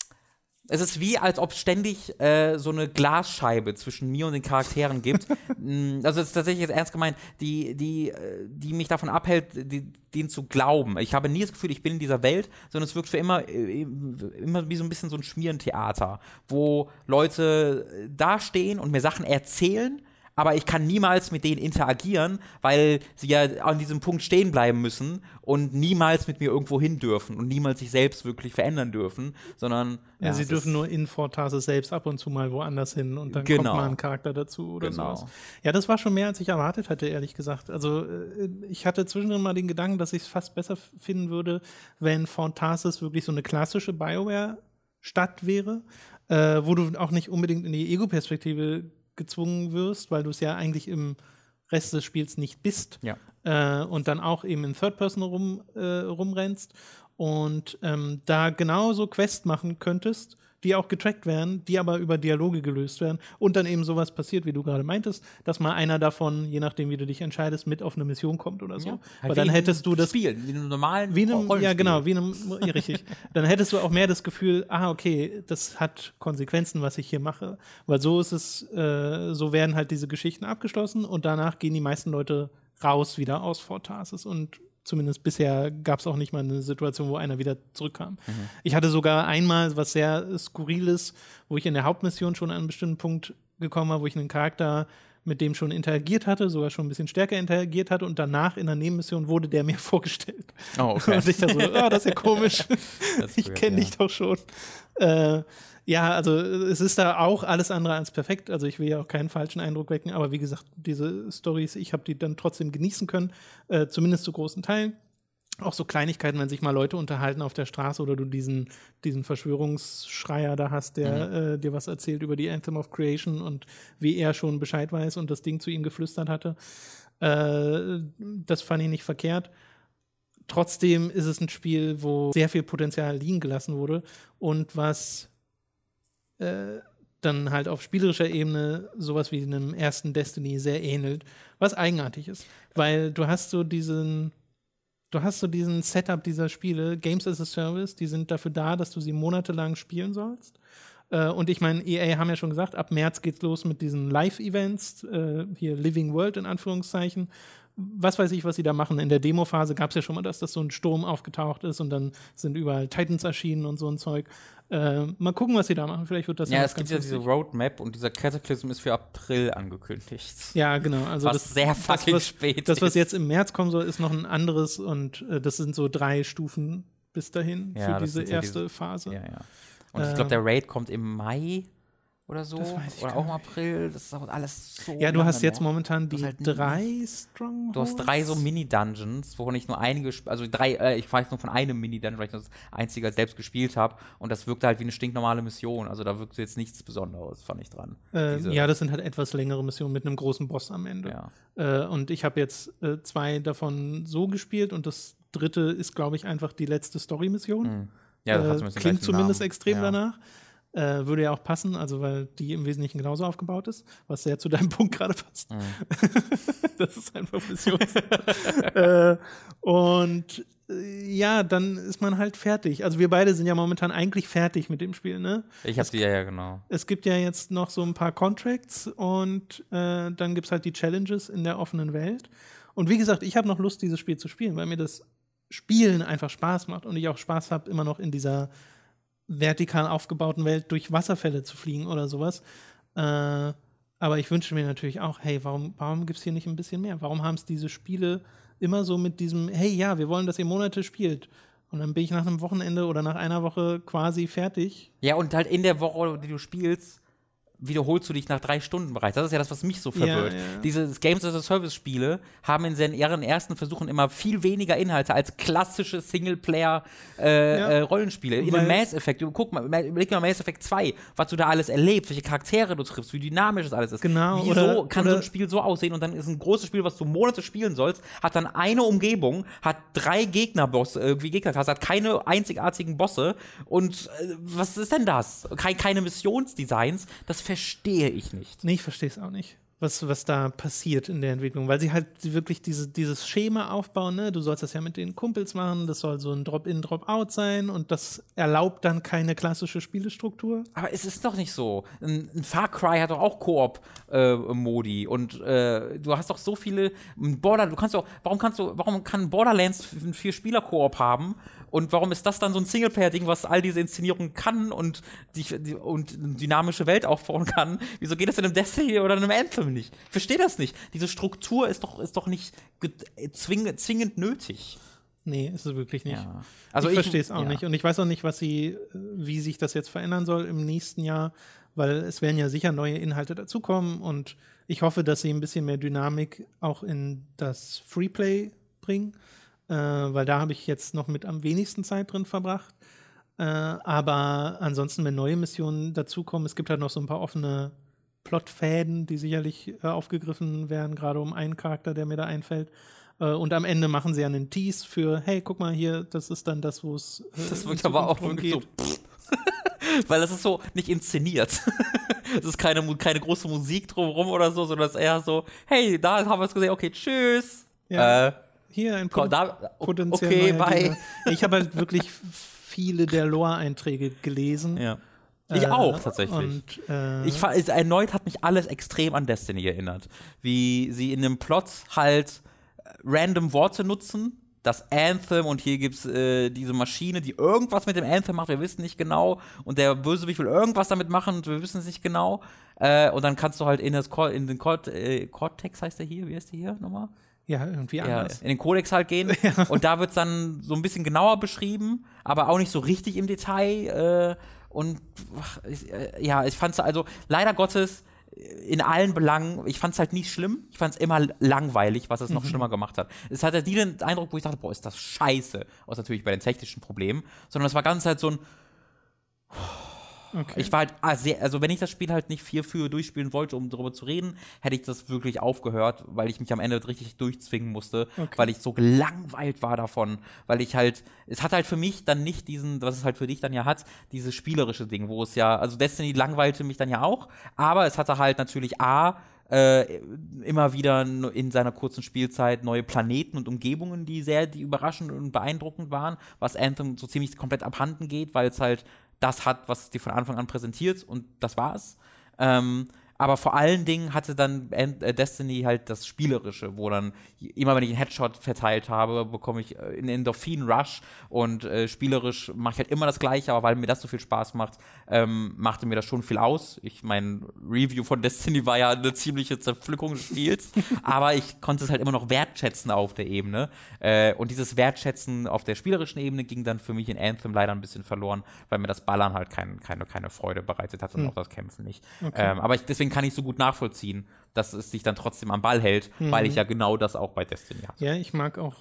es ist wie, als ob es ständig so eine Glasscheibe zwischen mir und den Charakteren gibt. Also es ist tatsächlich jetzt ernst gemeint, die mich davon abhält, denen zu glauben. Ich habe nie das Gefühl, ich bin in dieser Welt, sondern es wirkt für immer wie so ein bisschen so ein Schmierentheater, wo Leute dastehen und mir Sachen erzählen, aber ich kann niemals mit denen interagieren, weil sie ja an diesem Punkt stehen bleiben müssen und niemals mit mir irgendwo hin dürfen und niemals sich selbst wirklich verändern dürfen, sondern sie dürfen nur in Fortasis selbst ab und zu mal woanders hin und dann kommt mal ein Charakter dazu oder sowas. Ja, das war schon mehr, als ich erwartet hatte, ehrlich gesagt. Also ich hatte zwischendrin mal den Gedanken, dass ich es fast besser finden würde, wenn Fortasis wirklich so eine klassische BioWare-Stadt wäre, wo du auch nicht unbedingt in die Ego-Perspektive gezwungen wirst, weil du es ja eigentlich im Rest des Spiels nicht bist und dann auch eben in Third Person rumrennst und da genauso Quests machen könntest, die auch getrackt werden, die aber über Dialoge gelöst werden und dann eben sowas passiert, wie du gerade meintest, dass mal einer davon, je nachdem, wie du dich entscheidest, mit auf eine Mission kommt oder so. Weil dann hättest du das Spiel, wie einem normalen Rollenspiel. Ja, genau, richtig. Dann hättest du auch mehr das Gefühl, okay, das hat Konsequenzen, was ich hier mache. Weil so ist es, so werden halt diese Geschichten abgeschlossen und danach gehen die meisten Leute raus wieder aus Fortasis und zumindest bisher gab es auch nicht mal eine Situation, wo einer wieder zurückkam. Ich hatte sogar einmal was sehr Skurriles, wo ich in der Hauptmission schon an einem bestimmten Punkt gekommen war, wo ich einen Charakter mit dem schon interagiert hatte, sogar schon ein bisschen stärker interagiert hatte und danach in der Nebenmission wurde der mir vorgestellt. Oh, okay. Und ich da so, das ist ja komisch. Ich kenne dich doch schon. Ja, also es ist da auch alles andere als perfekt. Also ich will ja auch keinen falschen Eindruck wecken, aber wie gesagt, diese Storys, ich habe die dann trotzdem genießen können, zumindest zu großen Teilen. Auch so Kleinigkeiten, wenn sich mal Leute unterhalten auf der Straße oder du diesen Verschwörungsschreier da hast, der dir was erzählt über die Anthem of Creation und wie er schon Bescheid weiß und das Ding zu ihm geflüstert hatte. Das fand ich nicht verkehrt. Trotzdem ist es ein Spiel, wo sehr viel Potenzial liegen gelassen wurde und was dann halt auf spielerischer Ebene sowas wie einem ersten Destiny sehr ähnelt, was eigenartig ist. Weil du hast so diesen Setup dieser Spiele, Games as a Service, die sind dafür da, dass du sie monatelang spielen sollst. Und ich meine, EA haben ja schon gesagt, ab März geht's los mit diesen Live-Events, hier Living World in Anführungszeichen. Was weiß ich, was sie da machen. In der Demo-Phase gab es ja schon mal, dass das so ein Sturm aufgetaucht ist und dann sind überall Titans erschienen und so ein Zeug. Mal gucken, was sie da machen. Vielleicht wird das ja, es gibt ja diese Roadmap und dieser Cataclysm ist für April angekündigt. Ja, genau. Also was sehr fucking spät ist. Das, was jetzt im März kommen soll, ist noch ein anderes und das sind so 3 Stufen bis dahin für diese erste Phase. Ja. Und ich glaube, der Raid kommt im Mai oder so. Oder auch im April. Das ist auch alles so. Ja, du hast jetzt momentan die halt 3 Strongholds. Du hast 3 so Mini-Dungeons, wovon ich nur einige, also 3, ich weiß nur von einem Mini-Dungeon, weil ich das einzige selbst gespielt habe. Und das wirkte halt wie eine stinknormale Mission. Also da wirkte jetzt nichts Besonderes, fand ich dran. Ja, das sind halt etwas längere Missionen mit einem großen Boss am Ende. Ja. Und ich habe jetzt 2 davon so gespielt und das 3. ist, glaube ich, einfach die letzte Story-Mission. Ja, das klingt zumindest extrem danach. Würde ja auch passen, also weil die im Wesentlichen genauso aufgebaut ist, was sehr zu deinem Punkt gerade passt. Das ist einfach Missions. Und ja, dann ist man halt fertig. Also wir beide sind ja momentan eigentlich fertig mit dem Spiel, ne? Ich hab die ja, genau. Es gibt ja jetzt noch so ein paar Contracts und dann gibt's halt die Challenges in der offenen Welt. Und wie gesagt, ich habe noch Lust, dieses Spiel zu spielen, weil mir das Spielen einfach Spaß macht und ich auch Spaß habe, immer noch in dieser vertikal aufgebauten Welt durch Wasserfälle zu fliegen oder sowas. Aber ich wünsche mir natürlich auch, hey, warum gibt es hier nicht ein bisschen mehr? Warum haben es diese Spiele immer so mit diesem, hey, ja, wir wollen, dass ihr Monate spielt. Und dann bin ich nach einem Wochenende oder nach einer Woche quasi fertig. Ja, und halt in der Woche, die du spielst, wiederholst du dich nach 3 Stunden bereits. Das ist ja das, was mich so verwirrt. Ja. Diese Games-as-a-Service-Spiele haben in ihren ersten Versuchen immer viel weniger Inhalte als klassische Singleplayer-Rollenspiele. In einem Mass Effect, guck mal, überleg mal Mass Effect 2, was du da alles erlebst, welche Charaktere du triffst, wie dynamisch das alles ist. Genau. Wieso kann so ein Spiel so aussehen und dann ist ein großes Spiel, was du Monate spielen sollst, hat dann eine Umgebung, hat 3 Gegnerklassen, hat keine einzigartigen Bosse und was ist denn das? Keine Missionsdesigns, das verstehe ich nicht. Nee, ich verstehe es auch nicht, was da passiert in der Entwicklung, weil sie halt wirklich dieses Schema aufbauen, ne? Du sollst das ja mit den Kumpels machen, das soll so ein Drop-in, Drop-out sein und das erlaubt dann keine Spielestruktur. Aber es ist doch nicht so. Ein Far Cry hat doch auch Koop-Modi und du hast doch so viele warum kann Borderlands einen 4-Spieler-Koop haben und warum ist das dann so ein Singleplayer-Ding, was all diese Inszenierungen kann und eine dynamische Welt aufbauen kann? Wieso geht das in einem Destiny oder in einem Anthem nicht? Ich verstehe das nicht. Diese Struktur ist doch nicht zwingend nötig. Nee, ist es wirklich nicht. Ja. Also ich verstehe es auch nicht. Und ich weiß auch nicht, wie sich das jetzt verändern soll im nächsten Jahr, weil es werden ja sicher neue Inhalte dazukommen und ich hoffe, dass sie ein bisschen mehr Dynamik auch in das Freeplay bringen, weil da habe ich jetzt noch mit am wenigsten Zeit drin verbracht. Aber ansonsten, wenn neue Missionen dazukommen, es gibt halt noch so ein paar offene Plotfäden, die sicherlich aufgegriffen werden, gerade um einen Charakter, der mir da einfällt. Und am Ende machen sie ja einen Tease für, hey, guck mal hier, das ist dann das, wo es das wird aber auch wirklich so weil das ist so nicht inszeniert. Es ist keine große Musik drumherum oder so, sondern es ist eher so, hey, da haben wir es gesehen, okay, tschüss. Ja, hier ein potenziell bye. Ich habe halt wirklich viele der Lore-Einträge gelesen. Ja. Ich auch, tatsächlich. Und, erneut hat mich alles extrem an Destiny erinnert. Wie sie in dem Plot halt random Worte nutzen, das Anthem und hier gibt's diese Maschine, die irgendwas mit dem Anthem macht, wir wissen nicht genau und der Bösewicht will irgendwas damit machen und wir wissen es nicht genau und dann kannst du halt in den Cortex heißt der hier, wie heißt der hier nochmal? Ja, irgendwie anders. In den Codex halt gehen und da wird's dann so ein bisschen genauer beschrieben, aber auch nicht so richtig im Detail ich fand's also leider Gottes in allen Belangen, ich fand es halt nie schlimm, ich fand es immer langweilig, was es noch schlimmer gemacht hat. Es hatte nie den Eindruck, wo ich dachte, boah, ist das scheiße, außer natürlich bei den technischen Problemen, sondern es war ganz halt so ein Okay. Ich war halt also wenn ich das Spiel halt nicht 4 für durchspielen wollte, um darüber zu reden, hätte ich das wirklich aufgehört, weil ich mich am Ende richtig durchzwingen musste, weil ich so gelangweilt war davon, weil ich halt, es hat halt für mich dann nicht diesen, was es halt für dich dann ja hat, dieses spielerische Ding, wo es ja, also Destiny langweilte mich dann ja auch, aber es hatte halt natürlich immer wieder in seiner kurzen Spielzeit neue Planeten und Umgebungen, die überraschend und beeindruckend waren, was Anthem so ziemlich komplett abhanden geht, weil es halt das hat, was die von Anfang an präsentiert und das war's. Aber vor allen Dingen hatte dann Destiny halt das Spielerische, wo dann immer, wenn ich einen Headshot verteilt habe, bekomme ich einen Endorphin-Rush und spielerisch mache ich halt immer das Gleiche, aber weil mir das so viel Spaß macht, machte mir das schon viel aus. Mein Review von Destiny war ja eine ziemliche Zerpflückung des Spiels, aber ich konnte es halt immer noch wertschätzen auf der Ebene. Und dieses Wertschätzen auf der spielerischen Ebene ging dann für mich in Anthem leider ein bisschen verloren, weil mir das Ballern halt keine Freude bereitet hat und auch das Kämpfen nicht. Okay. Aber deswegen kann ich so gut nachvollziehen, dass es sich dann trotzdem am Ball hält, weil ich ja genau das auch bei Destiny habe. Ja, ich mag auch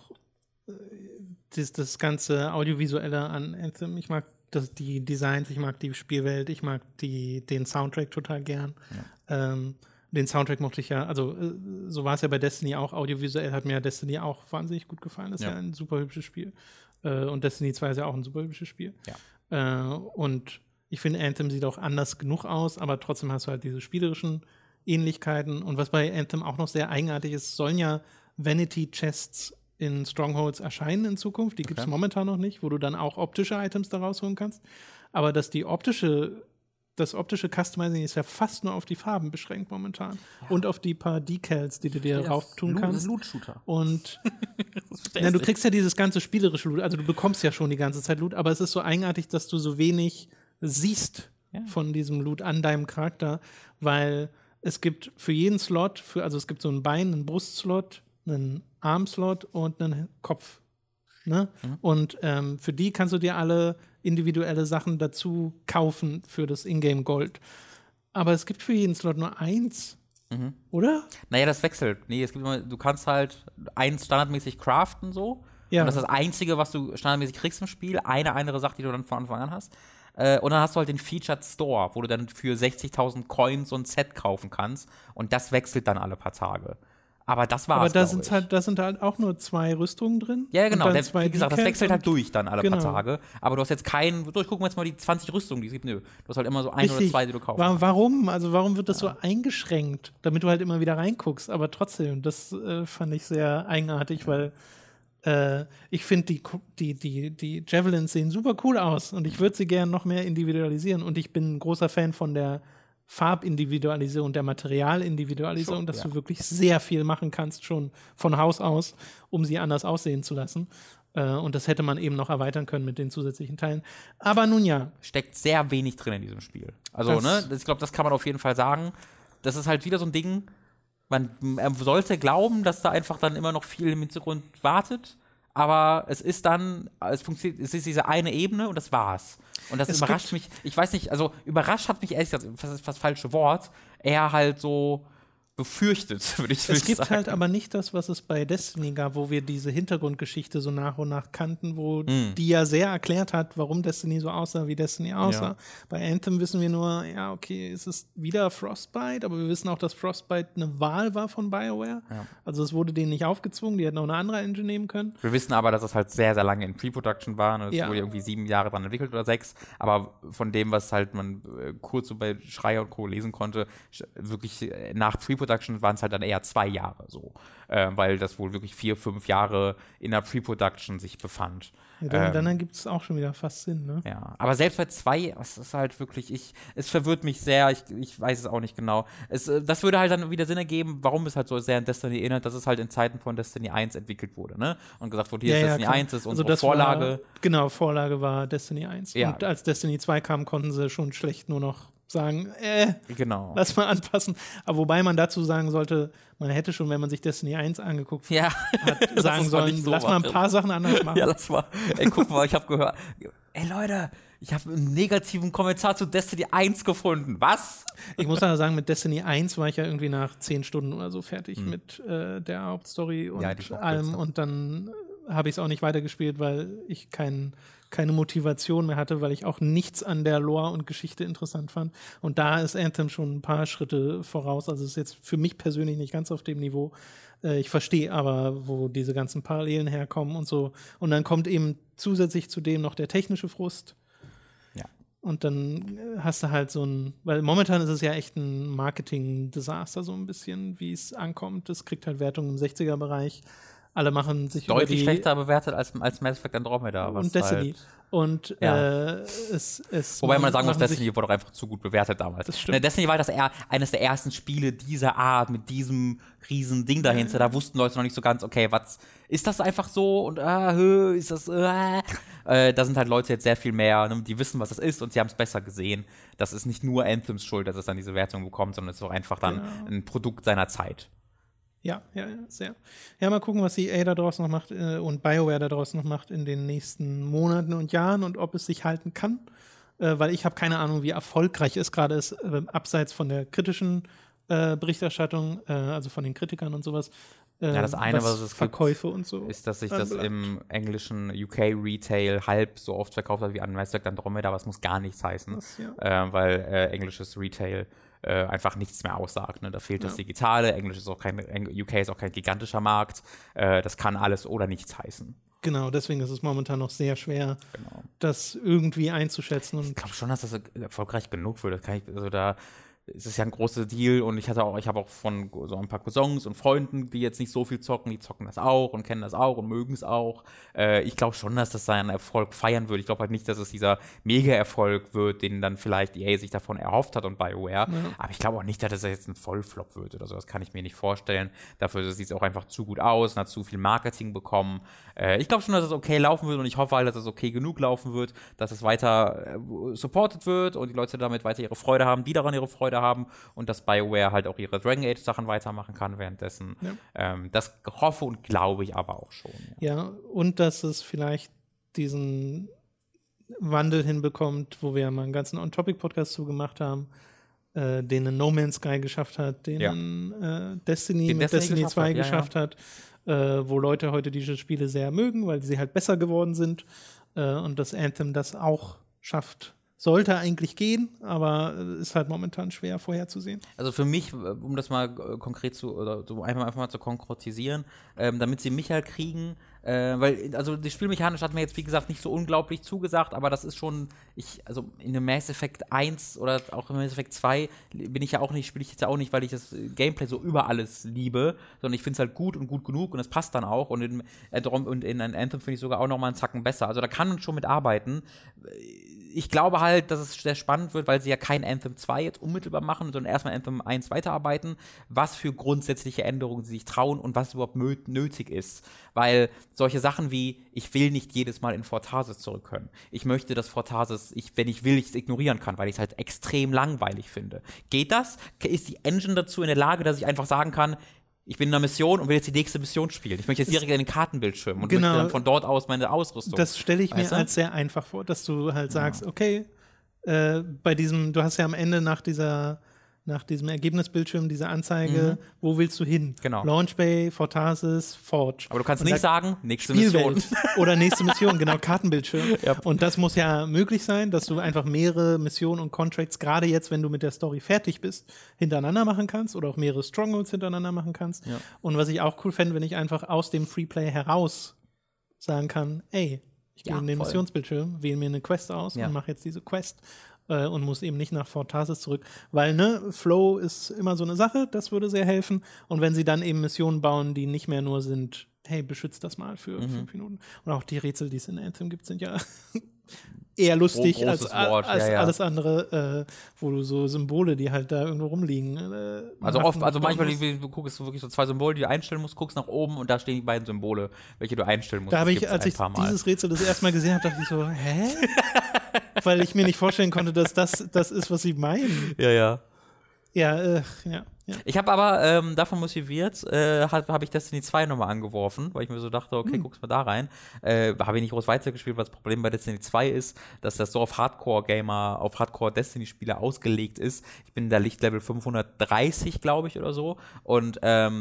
das ganze Audiovisuelle an Anthem. Ich mag die Designs, ich mag die Spielwelt, ich mag den Soundtrack total gern. Ja. Den Soundtrack mochte ich ja, also so war es ja bei Destiny auch. Audiovisuell hat mir ja Destiny auch wahnsinnig gut gefallen. Das ist ja ein super hübsches Spiel. Und Destiny 2 ist ja auch ein super hübsches Spiel. Ja. Und ich finde, Anthem sieht auch anders genug aus, aber trotzdem hast du halt diese spielerischen Ähnlichkeiten. Und was bei Anthem auch noch sehr eigenartig ist, sollen ja Vanity-Chests in Strongholds erscheinen in Zukunft. Die gibt es momentan noch nicht, wo du dann auch optische Items da rausholen kannst. Aber das optische Customizing ist ja fast nur auf die Farben beschränkt momentan. Ja. Und auf die paar Decals, die du dir drauf tun kannst. Das ist Loot-Shooter. Und du kriegst ja dieses ganze spielerische Loot, also du bekommst ja schon die ganze Zeit Loot, aber es ist so eigenartig, dass du so wenig siehst von diesem Loot an deinem Charakter, weil es gibt für jeden Slot, also es gibt so ein Bein, einen Brustslot, einen Armslot und einen Ne? Und für die kannst du dir alle individuelle Sachen dazu kaufen für das Ingame Gold. Aber es gibt für jeden Slot nur eins, oder? Naja, das wechselt. Nee, es gibt immer, du kannst halt eins standardmäßig craften so. Ja. Und das ist das Einzige, was du standardmäßig kriegst im Spiel. Eine andere Sache, die du dann von Anfang an hast. Und dann hast du halt den Featured Store, wo du dann für 60.000 Coins so ein Set kaufen kannst. Und das wechselt dann alle paar Tage. Aber das war's, Aber da sind halt auch nur 2 Rüstungen drin. Ja, genau. Wie gesagt, das wechselt halt durch dann alle paar Tage. Aber du hast jetzt ich gucke mir jetzt mal die 20 Rüstungen, die es gibt. Nö, du hast halt immer so ein oder 2, die du kaufst. Warum? Also warum wird das so eingeschränkt? Damit du halt immer wieder reinguckst. Aber trotzdem, das fand ich sehr eigenartig, weil ich finde, die Javelins sehen super cool aus und ich würde sie gerne noch mehr individualisieren. Und ich bin ein großer Fan von der Farbindividualisierung, der Materialindividualisierung, dass du wirklich sehr viel machen kannst, schon von Haus aus, um sie anders aussehen zu lassen. Und das hätte man eben noch erweitern können mit den zusätzlichen Teilen. Aber nun ja. Steckt sehr wenig drin in diesem Spiel. Also, ich glaube, das kann man auf jeden Fall sagen. Das ist halt wieder so ein Ding, man sollte glauben, dass da einfach dann immer noch viel im Hintergrund wartet. Aber es ist dann, es ist diese eine Ebene und das war's. Und das überrascht mich, ich weiß nicht, also überrascht hat mich ehrlich gesagt, das ist das falsche Wort, eher halt so befürchtet, würde ich sagen. Es gibt halt aber nicht das, was es bei Destiny gab, wo wir diese Hintergrundgeschichte so nach und nach kannten, wo die ja sehr erklärt hat, warum Destiny so aussah, wie Destiny aussah. Ja. Bei Anthem wissen wir nur, ja, okay, es ist wieder Frostbite, aber wir wissen auch, dass Frostbite eine Wahl war von BioWare. Ja. Also es wurde denen nicht aufgezwungen, die hätten auch eine andere Engine nehmen können. Wir wissen aber, dass es halt sehr, sehr lange in Pre-Production war. Und es wurde irgendwie 7 Jahre dran entwickelt oder 6. Aber von dem, was halt man kurz so bei Schreier und Co. lesen konnte, wirklich nach Pre-Production waren es halt dann eher 2 Jahre so, weil das wohl wirklich 4, 5 Jahre in der Pre-Production sich befand. Ja, dann ergibt es auch schon wieder fast Sinn, ne? Ja, aber selbst bei 2, es ist halt wirklich, es verwirrt mich sehr, ich weiß es auch nicht genau. Das würde halt dann wieder Sinn ergeben, warum es halt so sehr an Destiny erinnert, dass es halt in Zeiten von Destiny 1 entwickelt wurde, ne? Und gesagt wurde, hier ist Destiny 1, das ist unsere Vorlage. Vorlage war Destiny 1. Ja. Und als Destiny 2 kam, konnten sie schon schlecht nur noch sagen, genau. Lass mal anpassen. Aber wobei man dazu sagen sollte, man hätte schon, wenn man sich Destiny 1 angeguckt hat, sagen sollen, lass mal ein paar Sachen anders machen. Ja, lass mal. Ey, guck mal, ich habe gehört, ey Leute, ich habe einen negativen Kommentar zu Destiny 1 gefunden. Was? Ich muss aber sagen, mit Destiny 1 war ich ja irgendwie nach 10 Stunden oder so fertig mit der Hauptstory und allem. Und dann habe ich es auch nicht weitergespielt, weil ich keine Motivation mehr hatte, weil ich auch nichts an der Lore und Geschichte interessant fand. Und da ist Anthem schon ein paar Schritte voraus. Also es ist jetzt für mich persönlich nicht ganz auf dem Niveau. Ich verstehe aber, wo diese ganzen Parallelen herkommen und so. Und dann kommt eben zusätzlich zu dem noch der technische Frust. Ja. Und dann hast du halt weil momentan ist es ja echt ein Marketing-Desaster so ein bisschen, wie es ankommt. Das kriegt halt Wertungen im 60er-Bereich. Alle machen sich deutlich schlechter bewertet als Mass Effect Andromeda. Und Destiny. Halt und wobei man sagen muss, Destiny wurde auch einfach zu gut bewertet damals. Das stimmt. Destiny war eines der ersten Spiele dieser Art, mit diesem riesen Ding dahinter. Da wussten Leute noch nicht so ganz, okay, was ist das einfach so? Und ist das da sind halt Leute jetzt sehr viel mehr, ne, die wissen, was das ist und sie haben es besser gesehen. Das ist nicht nur Anthems Schuld, dass es dann diese Wertung bekommt, sondern es ist auch einfach dann ein Produkt seiner Zeit. Ja, sehr. Ja, mal gucken, was EA da draußen noch macht und BioWare da draußen noch macht in den nächsten Monaten und Jahren und ob es sich halten kann. Weil ich habe keine Ahnung, wie erfolgreich es gerade ist, abseits von der kritischen Berichterstattung, also von den Kritikern und sowas. Das eine, was es Verkäufe gibt, und so ist, dass sich das im englischen UK-Retail halb so oft verkauft hat wie an Mass Effect Andromeda, aber es muss gar nichts heißen, weil englisches Retail einfach nichts mehr aussagt. Ne? Da fehlt das Digitale, UK ist auch kein gigantischer Markt, das kann alles oder nichts heißen. Genau, deswegen ist es momentan noch sehr schwer, das irgendwie einzuschätzen. Und ich glaube schon, dass das erfolgreich genug wird. Es ist ja ein großer Deal und ich habe auch von so ein paar Cousins und Freunden, die jetzt nicht so viel zocken, die zocken das auch und kennen das auch und mögen es auch. Ich glaube schon, dass das seinen Erfolg feiern wird. Ich glaube halt nicht, dass es dieser Mega-Erfolg wird, den dann vielleicht EA sich davon erhofft hat und BioWare. Aber ich glaube auch nicht, dass es jetzt ein Vollflop wird oder so. Das kann ich mir nicht vorstellen. Dafür sieht es auch einfach zu gut aus und hat zu viel Marketing bekommen. Ich glaube schon, dass es okay laufen wird und ich hoffe halt, dass es okay genug laufen wird, dass es weiter supported wird und die Leute damit weiter ihre Freude haben, die daran ihre Freude Freude haben und dass BioWare halt auch ihre Dragon Age Sachen weitermachen kann währenddessen. Ja. Das hoffe und glaube ich aber auch schon. Ja, und dass es vielleicht diesen Wandel hinbekommt, wo wir mal einen ganzen On-Topic-Podcast zugemacht haben, den No Man's Sky geschafft hat, den Destiny mit Destiny 2 geschafft hat, wo Leute heute diese Spiele sehr mögen, weil sie halt besser geworden sind und dass Anthem das auch schafft. Sollte eigentlich gehen, aber ist halt momentan schwer vorherzusehen. Also für mich, um das mal konkret oder so einfach mal zu konkretisieren, damit sie mich halt kriegen, weil, also die Spielmechanik hat mir jetzt, wie gesagt, nicht so unglaublich zugesagt, aber das ist schon, also in dem Mass Effect 1 oder auch in Mass Effect 2 spiele ich jetzt ja auch nicht, weil ich das Gameplay so über alles liebe, sondern ich finde es halt gut und gut genug und es passt dann auch und in Anthem finde ich sogar auch noch mal einen Zacken besser. Also da kann man schon mit arbeiten. Ich glaube halt, dass es sehr spannend wird, weil sie ja kein Anthem 2 jetzt unmittelbar machen, sondern erstmal Anthem 1 weiterarbeiten, was für grundsätzliche Änderungen sie sich trauen und was überhaupt nötig ist. Weil solche Sachen wie, ich will nicht jedes Mal in Fortasis zurück können. Ich möchte, dass Fortasis, wenn ich will, ich es ignorieren kann, weil ich es halt extrem langweilig finde. Geht das? Ist die Engine dazu in der Lage, dass ich einfach sagen kann, ich bin in einer Mission und will jetzt die nächste Mission spielen. Ich möchte jetzt direkt in den Kartenbildschirm und möchte dann von dort aus meine Ausrüstung. Das stelle ich mir als sehr einfach vor, dass du halt sagst, okay, bei diesem, du hast ja am Ende nach diesem Ergebnisbildschirm diese Anzeige, wo willst du hin? Genau. Launch Bay, Fortasis, Forge. Aber du kannst nicht sagen, nächste Spielwelt Mission. Oder nächste Mission, genau, Kartenbildschirm. Ja. Und das muss ja möglich sein, dass du einfach mehrere Missionen und Contracts, gerade jetzt, wenn du mit der Story fertig bist, hintereinander machen kannst oder auch mehrere Strongholds hintereinander machen kannst. Ja. Und was ich auch cool fände, wenn ich einfach aus dem Freeplay heraus sagen kann, ey, ich gehe in den Missionsbildschirm, wähle mir eine Quest aus und mache jetzt diese Quest. Und muss eben nicht nach Fortasis zurück, weil, Flow ist immer so eine Sache, das würde sehr helfen. Und wenn sie dann eben Missionen bauen, die nicht mehr nur sind, hey, beschützt das mal für 5 Minuten. Und auch die Rätsel, die es in Anthem gibt, sind ja eher lustig als alles andere, wo du so Symbole, die halt da irgendwo rumliegen. Also manchmal, du guckst wirklich so 2 Symbole, die du einstellen musst, guckst nach oben und da stehen die beiden Symbole, welche du einstellen musst. Da habe ich, als ich dieses Rätsel das erste Mal gesehen habe, dachte ich so, hä? Weil ich mir nicht vorstellen konnte, dass das ist, was sie meinen. Ja. Ja. Ich habe aber davon motiviert, habe ich Destiny 2 nochmal angeworfen, weil ich mir so dachte, okay, guck's mal da rein. Habe ich nicht groß weitergespielt, weil das Problem bei Destiny 2 ist, dass das so auf Hardcore-Gamer, auf Hardcore-Destiny-Spieler ausgelegt ist. Ich bin da Lichtlevel 530, glaube ich, oder so. Und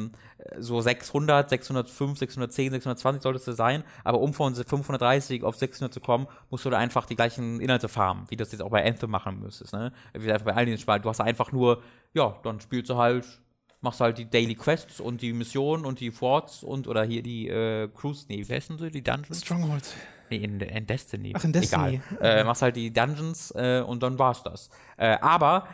so 600, 605, 610, 620 solltest du sein. Aber um von 530 auf 600 zu kommen, musst du da einfach die gleichen Inhalte farmen, wie du das jetzt auch bei Anthem machen müsstest. Ne? Wie einfach bei all den Spielen. Du hast einfach nur, dann spielst du halt, machst halt die Daily Quests und die Missionen und die Forts oder hier die Cruise, wie heißen sie, die Dungeons? Strongholds. Nee, in Destiny. Ach, in Destiny. Egal. Machst halt die Dungeons und dann war's das. Aber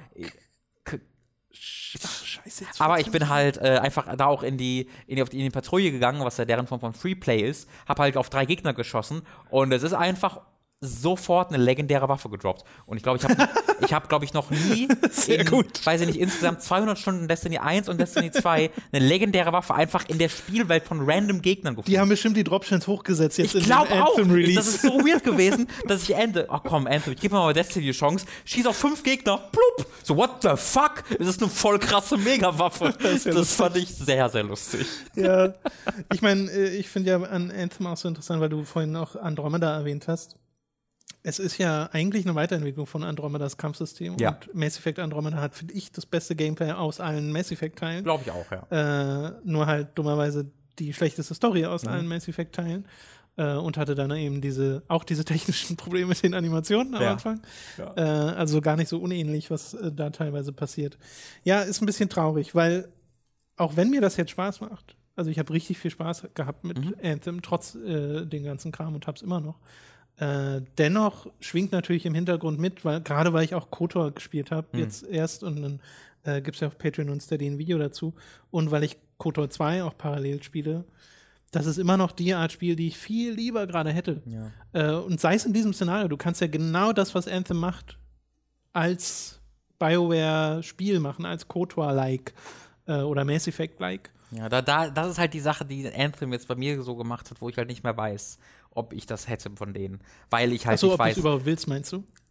Scheiße, aber ich bin halt einfach da auch in die Patrouille gegangen, was ja deren Form von Freeplay ist, hab halt auf 3 Gegner geschossen und es ist einfach sofort eine legendäre Waffe gedroppt. Und ich glaube, ich habe noch nie weiß ich nicht, insgesamt 200 Stunden Destiny 1 und Destiny 2 eine legendäre Waffe einfach in der Spielwelt von random Gegnern gefunden. Die haben bestimmt die Dropchance hochgesetzt jetzt ich glaube auch. Das ist so weird gewesen, dass ich Anthem, ich gebe mir mal Destiny die Chance, schieß auf 5 Gegner, plupp. So, what the fuck? Das ist eine voll krasse Mega-Waffe. Das fand ich sehr, sehr lustig. Ja, ich meine, ich finde ja an Anthem auch so interessant, weil du vorhin auch Andromeda erwähnt hast. Es ist ja eigentlich eine Weiterentwicklung von Andromedas Kampfsystem. Ja. Und Mass Effect Andromeda hat, finde ich, das beste Gameplay aus allen Mass Effect-Teilen. Glaube ich auch, ja. Nur halt dummerweise die schlechteste Story aus allen Mass Effect-Teilen. Und hatte dann eben diese technischen Probleme mit den Animationen am Anfang. Ja. Also gar nicht so unähnlich, was da teilweise passiert. Ja, ist ein bisschen traurig, weil auch wenn mir das jetzt Spaß macht, also ich habe richtig viel Spaß gehabt mit Anthem, trotz den ganzen Kram und hab's immer noch. Dennoch schwingt natürlich im Hintergrund mit, weil ich auch KOTOR gespielt habe, jetzt erst und dann gibt es ja auf Patreon und Steady ein Video dazu und weil ich KOTOR 2 auch parallel spiele, das ist immer noch die Art Spiel, die ich viel lieber gerade hätte. Ja. Und sei es in diesem Szenario, du kannst ja genau das, was Anthem macht, als BioWare-Spiel machen, als KOTOR-like oder Mass Effect-like. Ja, das ist halt die Sache, die Anthem jetzt bei mir so gemacht hat, wo ich halt nicht mehr weiß, ob ich das hätte von denen. Weil ich halt nicht weiß. Ob du es überhaupt willst, meinst du?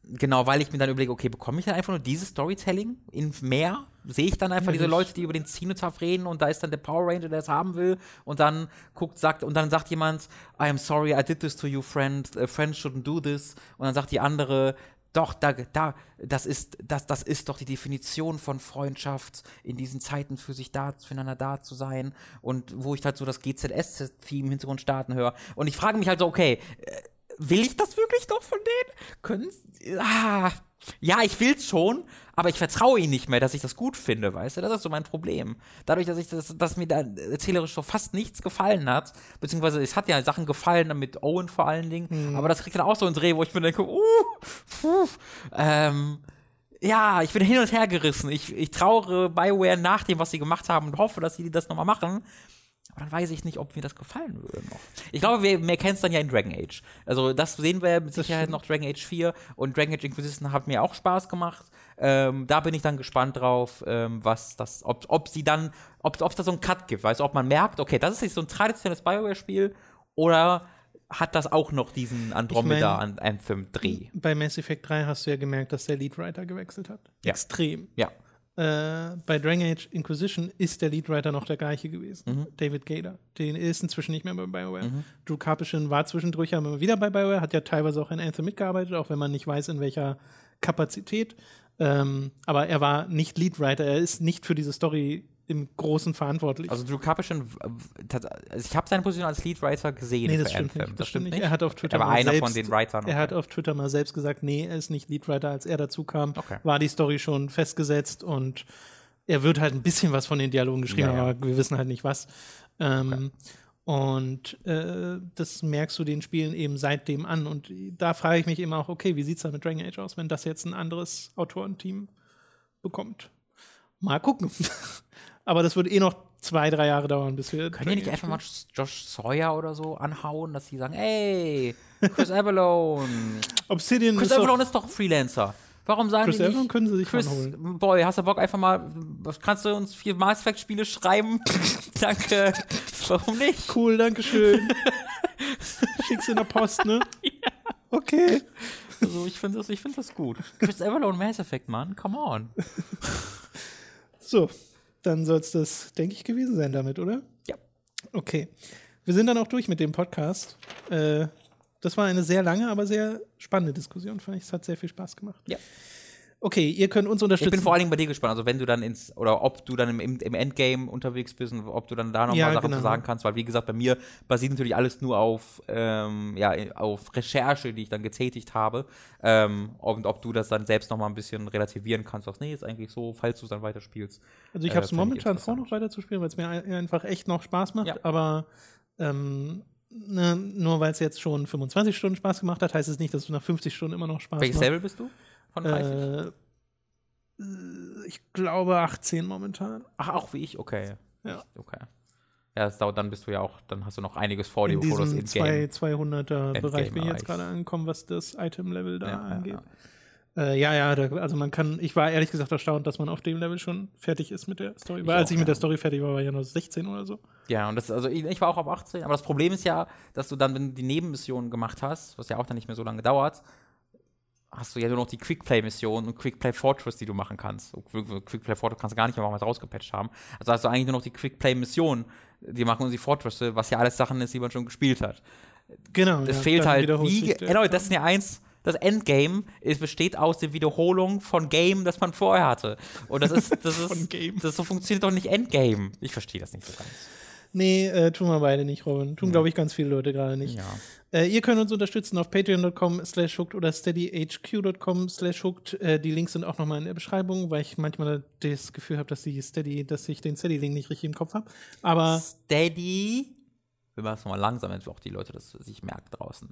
Genau, weil ich mir dann überlege, okay, bekomme ich dann einfach nur dieses Storytelling in mehr? Sehe ich dann einfach diese Leute, die über den Zenithal reden und da ist dann der Power Ranger, der es haben will und dann sagt jemand, I am sorry, I did this to you, friend, friends shouldn't do this und dann sagt die andere, doch, das ist doch die Definition von Freundschaft, in diesen Zeiten füreinander da zu sein und wo ich halt so das GZS-Theme im Hintergrund starten höre und ich frage mich halt so, okay, will ich das wirklich noch von denen? Ja, ich will's schon, aber ich vertraue ihnen nicht mehr, dass ich das gut finde, weißt du? Das ist so mein Problem. Dadurch, dass mir da erzählerisch so fast nichts gefallen hat, beziehungsweise es hat ja Sachen gefallen, mit Owen vor allen Dingen, aber das kriegt dann auch so einen Dreh, wo ich mir denke, ja, ich bin hin und her gerissen. Ich trauere BioWare nach dem, was sie gemacht haben und hoffe, dass sie das nochmal machen. Aber dann weiß ich nicht, ob mir das gefallen würde noch. Ich glaube, wir kennen es dann ja in Dragon Age. Also das sehen wir mit Sicherheit noch Dragon Age 4 und Dragon Age Inquisition hat mir auch Spaß gemacht. Da bin ich dann gespannt drauf, was das, ob es da so einen Cut gibt, weißt du, ob man merkt, okay, das ist nicht so ein traditionelles BioWare-Spiel oder hat das auch noch diesen Andromeda-Anthem-Dreh? Bei Mass Effect 3 hast du ja gemerkt, dass der Leadwriter gewechselt hat. Ja. Extrem. Ja. Bei Dragon Age Inquisition ist der Leadwriter noch der gleiche gewesen. David Gaider. Den ist inzwischen nicht mehr bei BioWare. Drew Karpyshyn war zwischendurch aber wieder bei BioWare, hat ja teilweise auch an Anthem mitgearbeitet, auch wenn man nicht weiß, in welcher Kapazität. Aber er war nicht Leadwriter, er ist nicht für diese Story im Großen verantwortlich. Also Drew Karpyshyn, ich habe seine Position als Leadwriter gesehen. Nee, das stimmt nicht. Das stimmt nicht. Er hat auf Twitter mal einer von den Writern. Er hat auf Twitter mal selbst gesagt, nee, er ist nicht Leadwriter. Als er dazu kam, war die Story schon festgesetzt und er wird halt ein bisschen was von den Dialogen geschrieben, aber wir wissen halt nicht was. Und das merkst du den Spielen eben seitdem an. Und da frage ich mich immer auch, okay, wie sieht es da mit Dragon Age aus, wenn das jetzt ein anderes Autorenteam bekommt? Mal gucken. Aber das wird noch 2-3 Jahre dauern, bis wir. Können wir nicht einfach mal Josh Sawyer oder so anhauen, dass sie sagen, ey, Chris Avellone. Chris Avellone ist doch Freelancer. Warum sagen Chris die Avellone nicht? Können sie sich anholen. Boy, hast du Bock einfach mal, kannst du uns 4 Mass Effect Spiele schreiben? Danke. Warum nicht? Cool, danke schön. Schick's in der Post, ne? Ja. Okay. Also ich finde das gut. Chris Avellone Mass Effect, Mann, come on. So, dann soll es das, denke ich, gewesen sein damit, oder? Ja. Okay. Wir sind dann auch durch mit dem Podcast. Das war eine sehr lange, aber sehr spannende Diskussion, fand ich. Es hat sehr viel Spaß gemacht. Ja. Okay, ihr könnt uns unterstützen. Ich bin vor allen Dingen bei dir gespannt, also wenn du dann ob du dann im Endgame unterwegs bist und ob du dann da noch mal Sachen zu sagen kannst, weil wie gesagt, bei mir basiert natürlich alles nur auf Recherche, die ich dann getätigt habe, und ob du das dann selbst noch mal ein bisschen relativieren kannst, sagst, nee, ist eigentlich so, falls du es dann weiterspielst. Also ich habe es momentan vor, noch weiterzuspielen, weil es mir einfach echt noch Spaß macht, aber nur weil es jetzt schon 25 Stunden Spaß gemacht hat, heißt es nicht, dass du nach 50 Stunden immer noch Spaß macht. Welches Level bist du? Von 30? Ich glaube 18 momentan. Ach, auch wie ich? Okay. Ja. Okay. Ja, das dauert, dann bist du ja auch, dann hast du noch einiges vor dir, bevor du das in 200er-Bereich bin ich jetzt gerade angekommen, was das Item-Level da angeht. Ich war ehrlich gesagt erstaunt, dass man auf dem Level schon fertig ist mit der Story. Weil als ich mit der Story fertig war ja nur 16 oder so. Ja, und ich war auch auf 18, aber das Problem ist ja, dass du dann, wenn du die Nebenmissionen gemacht hast, was ja auch dann nicht mehr so lange dauert, hast du ja nur noch die Quickplay-Mission und Quickplay-Fortress, die du machen kannst. Quickplay-Fortress kannst du gar nicht mehr machen, was rausgepatcht haben. Also hast du eigentlich nur noch die Quickplay-Mission, die machen und die Fortress, was ja alles Sachen ist, die man schon gespielt hat. Genau. Das fehlt halt. Genau, das ist ja eins. Das Endgame besteht aus der Wiederholung von Game, das man vorher hatte. Und das so funktioniert doch nicht Endgame. Ich verstehe das nicht so ganz. Nee, tun wir beide nicht, Robin. Tun, glaube ich, ganz viele Leute gerade nicht. Ja. Ihr könnt uns unterstützen auf patreon.com/hooked oder steadyhq.com/hooked. Die Links sind auch nochmal in der Beschreibung, weil ich manchmal das Gefühl habe, dass ich den Steady-Link nicht richtig im Kopf habe. Aber Steady, wir machen es nochmal langsam, damit auch die Leute das sich merken draußen.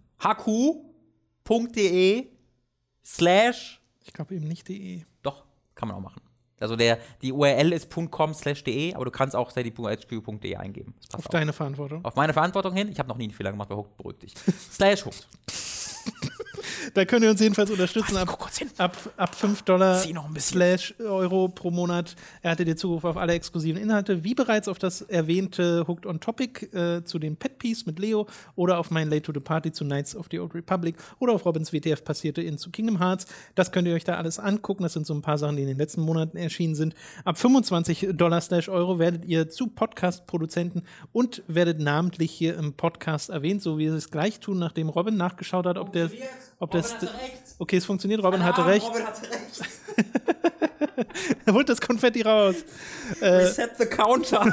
hq.de/ ich glaube eben nicht .de. Doch, kann man auch machen. Also die URL ist .com/de, aber du kannst auch steady.hq.de eingeben. Auf deine Verantwortung. Auf meine Verantwortung hin. Ich habe noch nie einen Fehler gemacht bei Hooked, beruhig dich. /Hooked. Da könnt ihr uns jedenfalls unterstützen ab $5 Zieh noch ein bisschen. /Euro pro Monat. Erhaltet ihr Zugriff auf alle exklusiven Inhalte, wie bereits auf das erwähnte Hooked on Topic zu den Pet Peeves mit Leo oder auf mein Late to the Party zu Knights of the Old Republic oder auf Robins WTF passierte in zu Kingdom Hearts. Das könnt ihr euch da alles angucken. Das sind so ein paar Sachen, die in den letzten Monaten erschienen sind. Ab $25 /Euro werdet ihr zu Podcast-Produzenten und werdet namentlich hier im Podcast erwähnt, so wie wir es gleich tun, nachdem Robin nachgeschaut hat, ob das. Okay, es funktioniert. Robin hatte recht. Er holt das Konfetti raus. Reset the counter.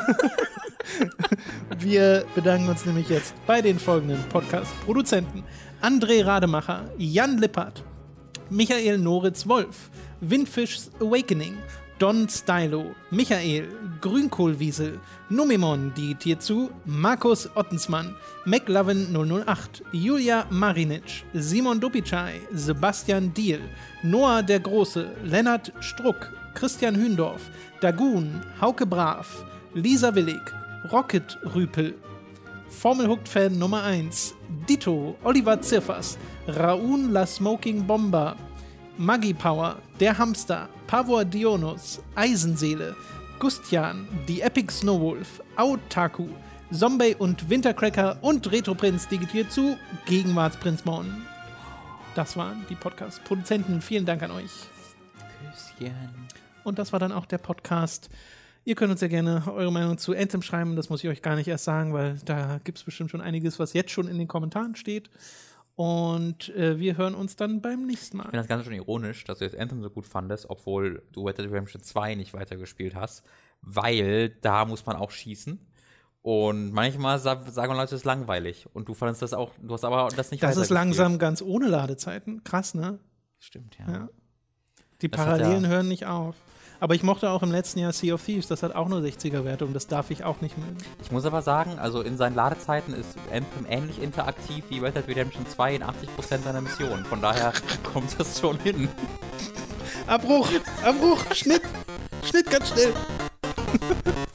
Wir bedanken uns nämlich jetzt bei den folgenden Podcast-Produzenten: André Rademacher, Jan Lippert, Michael Noritz-Wolf, Windfish's Awakening, Don Stylo, Michael, Grünkohlwiesel, Numemon digitiert zu, Markus Ottensmann, McLovin 008, Julia Marinic, Simon Dupicai, Sebastian Diehl, Noah der Große, Lennart Struck, Christian Hündorf, Dagun, Hauke Brav, Lisa Willig, Rocket Rüpel, Formel Hooked Fan Nummer 1, Dito, Oliver Zirfers, Raun La Smoking Bomber, Maggie Power, Der Hamster, Pavor Dionus, Eisenseele, Gustian, die Epic Snowwolf, Autaku, Zombie und Wintercracker und Retroprinz digitiert zu Gegenwartsprinzmon. Das waren die Podcast-Produzenten. Vielen Dank an euch. Küsschen. Und das war dann auch der Podcast. Ihr könnt uns ja gerne eure Meinung zu Anthem schreiben. Das muss ich euch gar nicht erst sagen, weil da gibt es bestimmt schon einiges, was jetzt schon in den Kommentaren steht. Und wir hören uns dann beim nächsten Mal. Ich finde das Ganze schon ironisch, dass du jetzt Anthem so gut fandest, obwohl du Red Dead Redemption 2 nicht weitergespielt hast, weil da muss man auch schießen. Und manchmal sagen Leute, das ist langweilig. Und du fandest das auch, du hast aber das nicht weitergespielt. Das ist langsam ganz ohne Ladezeiten. Krass, ne? Stimmt, ja. Die Parallelen hören nicht auf. Aber ich mochte auch im letzten Jahr Sea of Thieves, das hat auch nur 60er-Werte und das darf ich auch nicht mögen. Ich muss aber sagen, also in seinen Ladezeiten ist Anthem ähnlich interaktiv wie Red Dead Redemption 2 in 80% seiner Missionen. Von daher kommt das schon hin. Abbruch, Schnitt ganz schnell.